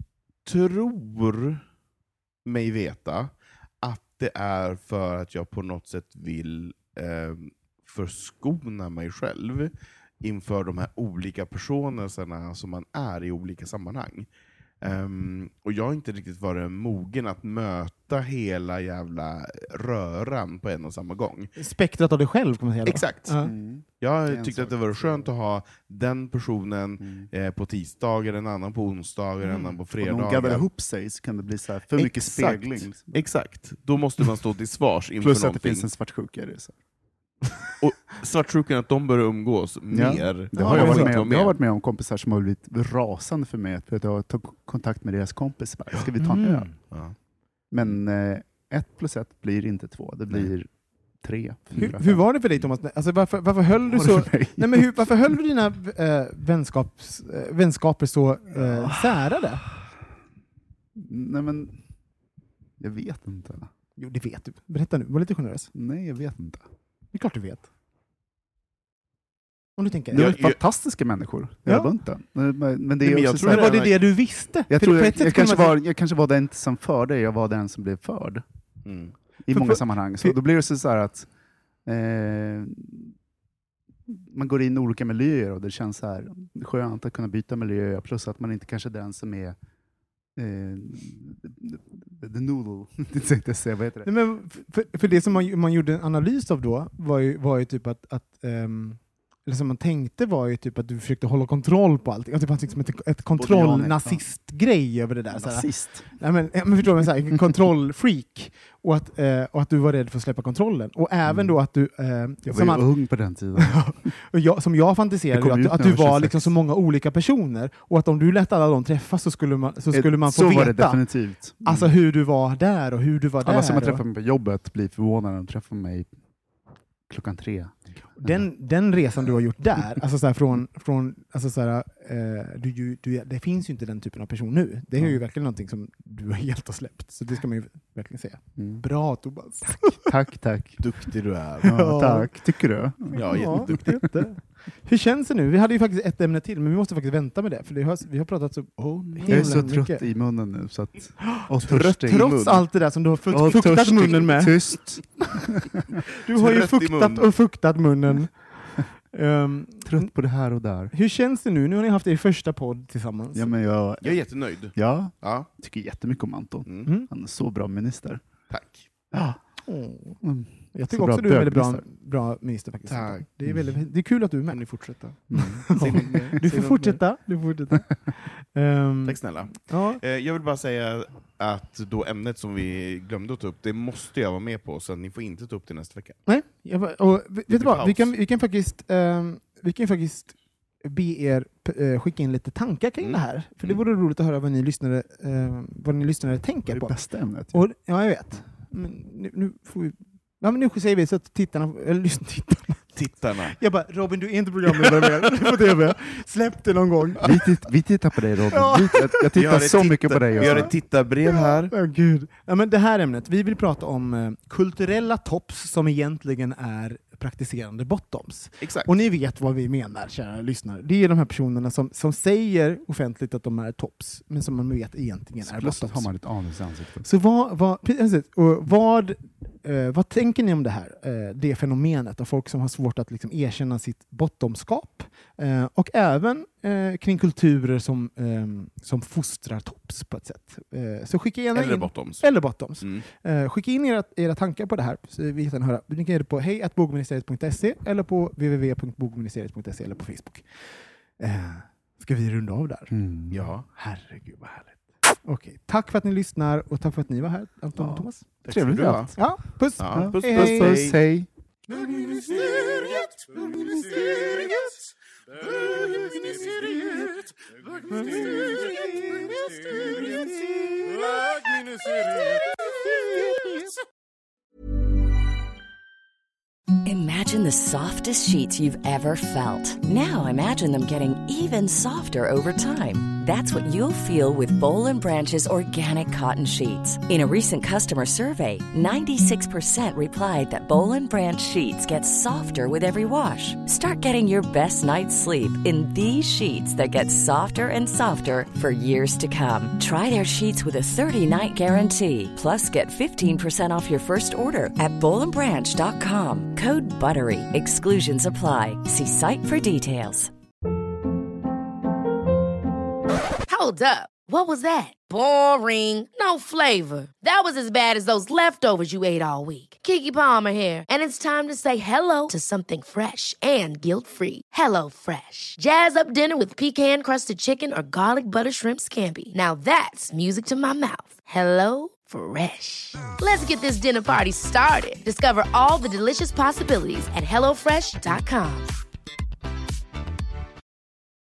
tror mig veta att det är för att jag på något sätt vill förskona mig själv inför de här olika personerna som man är i olika sammanhang. Och jag har inte riktigt varit mogen att möta hela jävla röran på en och samma gång. Spektrat av dig själv, kan man säga då. Exakt. Jag tyckte att det var skönt att ha den personen på tisdagar, en annan på onsdagar, en annan på fredagar. Om de gaddar ihop sig så kan det bli så här för mycket spegling. Exakt. Då måste man stå till svars inför Plus att någonting. det finns en svartsjuka i det. Så. Och svartsjukan, att de börjar umgås mer. Det har jag varit med om kompisar som har blivit rasande för mig för att jag har tagit kontakt med deras kompis. Ska vi ta en öl? Ja. Men 1 + 1 blir inte 2. Det blir 3, 4, Hur var det för dig, Thomas? Alltså, varför höll du så... Nej, men varför höll du dina vänskaper så särade? Nej, men jag vet inte. Jo, det vet du. Berätta nu, var lite generös. Nej, jag vet inte. Det är klart du vet. Om du tänker. Det är fantastiska människor, hela bunten. Men det är jag också tror så här, var det du visste? Jag kanske var den som förde, jag var den som blev förd. I För- många sammanhang. Så då blir det så här att man går in i olika miljöer och det känns så här skönt att kunna byta miljö, plus att man inte kanske är den som är the noodle. Det tänkte jag säga, vad heter det? Nej, men för det som man gjorde en analys av då var ju typ att som man tänkte var ju typ att du försökte hålla kontroll på allt. Att det fanns liksom ett kontroll-nazist-grej över det där. Nazist? Nej, men förstår man, en kontrollfreak. Och att du var rädd för att släppa kontrollen. Och även då att du... jag var ju ung på den tiden. som jag fantiserade, att du var liksom så många olika personer. Och att om du lät alla dem träffas så skulle man få veta. Så var det definitivt. Alltså hur du var där och hur du var där. Alla som har träffat mig på jobbet blir förvånade när de träffar mig 3:00. Den resan du har gjort där, alltså så här från alltså så här, det finns ju inte den typen av person nu. Det är ju verkligen någonting som du har helt har släppt. Så det ska man ju verkligen säga. Bra, Tobias. Tack. Duktig du är. Ja, tack. Tycker du? Ja, jätteduktig. Hur känns det nu? Vi hade ju faktiskt ett ämne till, men vi måste faktiskt vänta med det. För vi har pratat så jag är så trött i munnen nu. Så att, trots allt det där som du har fuktat munnen med. Tyst. Du har ju fuktat munnen. Trött på det här och där. Hur känns det nu? Nu har ni haft er första podd tillsammans. Ja, men jag är jättenöjd. Ja. Tycker jättemycket om Anton. Han är så bra minister. Tack. Ja. Jag tycker också du är väldigt bra minister faktiskt. Tack. Det är kul att du är med. Kan ni fortsätta? Du får fortsätta. Tack snälla. Ja. Jag vill bara säga att då ämnet som vi glömde att ta upp, det måste jag vara med på, så ni får inte ta upp det nästa vecka. Nej, vet du vad? Vi kan faktiskt be er skicka in lite tankar kring det här. För det vore roligt att höra vad ni lyssnare tänker på. Det bästa ämnet. Ja, jag vet. Men nu får vi... Ja, men nu säger vi så att tittarna. Jag bara, Robin, du är inte programledare på TV. Släpp det någon gång. Vi tittar på dig, Robin. Jag tittar så mycket på dig. Vi har ett tittarbrev här. Ja, gud. Ja, men det här ämnet, vi vill prata om kulturella tops som egentligen är praktiserande bottoms. Exakt. Och ni vet vad vi menar, kära lyssnare. Det är de här personerna som säger offentligt att de är tops, men som man vet egentligen är bottoms. Har man ett anus i ansiktet. Så vad tänker ni om det här? Det fenomenet av folk som har svårt att liksom erkänna sitt bottomskap. Och även kring kulturer som fostrar tops på ett sätt. Så skicka gärna in... Eller bottoms. Skicka in era tankar på det här. Så vi kan höra. Ni kan göra det på hej@bogministeriet.se eller på www.bogministeriet.se eller på Facebook. Ska vi runda av där? Ja. Herregud vad härligt. Okej, tack för att ni lyssnar och tack för att ni var här, Anton och Thomas. Trevligt. Ja, puss. Ja, puss. Hej. Imagine the softest sheets you've ever felt. Now imagine them getting even softer over time. That's what you'll feel with Boll & Branch's organic cotton sheets. In a recent customer survey, 96% replied that Boll & Branch sheets get softer with every wash. Start getting your best night's sleep in these sheets that get softer and softer for years to come. Try their sheets with a 30-night guarantee. Plus, get 15% off your first order at bollandbranch.com. Code BUTTERY. Exclusions apply. See site for details. Hold up. What was that? Boring. No flavor. That was as bad as those leftovers you ate all week. Keke Palmer here, and it's time to say hello to something fresh and guilt-free. Hello Fresh. Jazz up dinner with pecan-crusted chicken or garlic butter shrimp scampi. Now that's music to my mouth. Hello Fresh. Let's get this dinner party started. Discover all the delicious possibilities at hellofresh.com.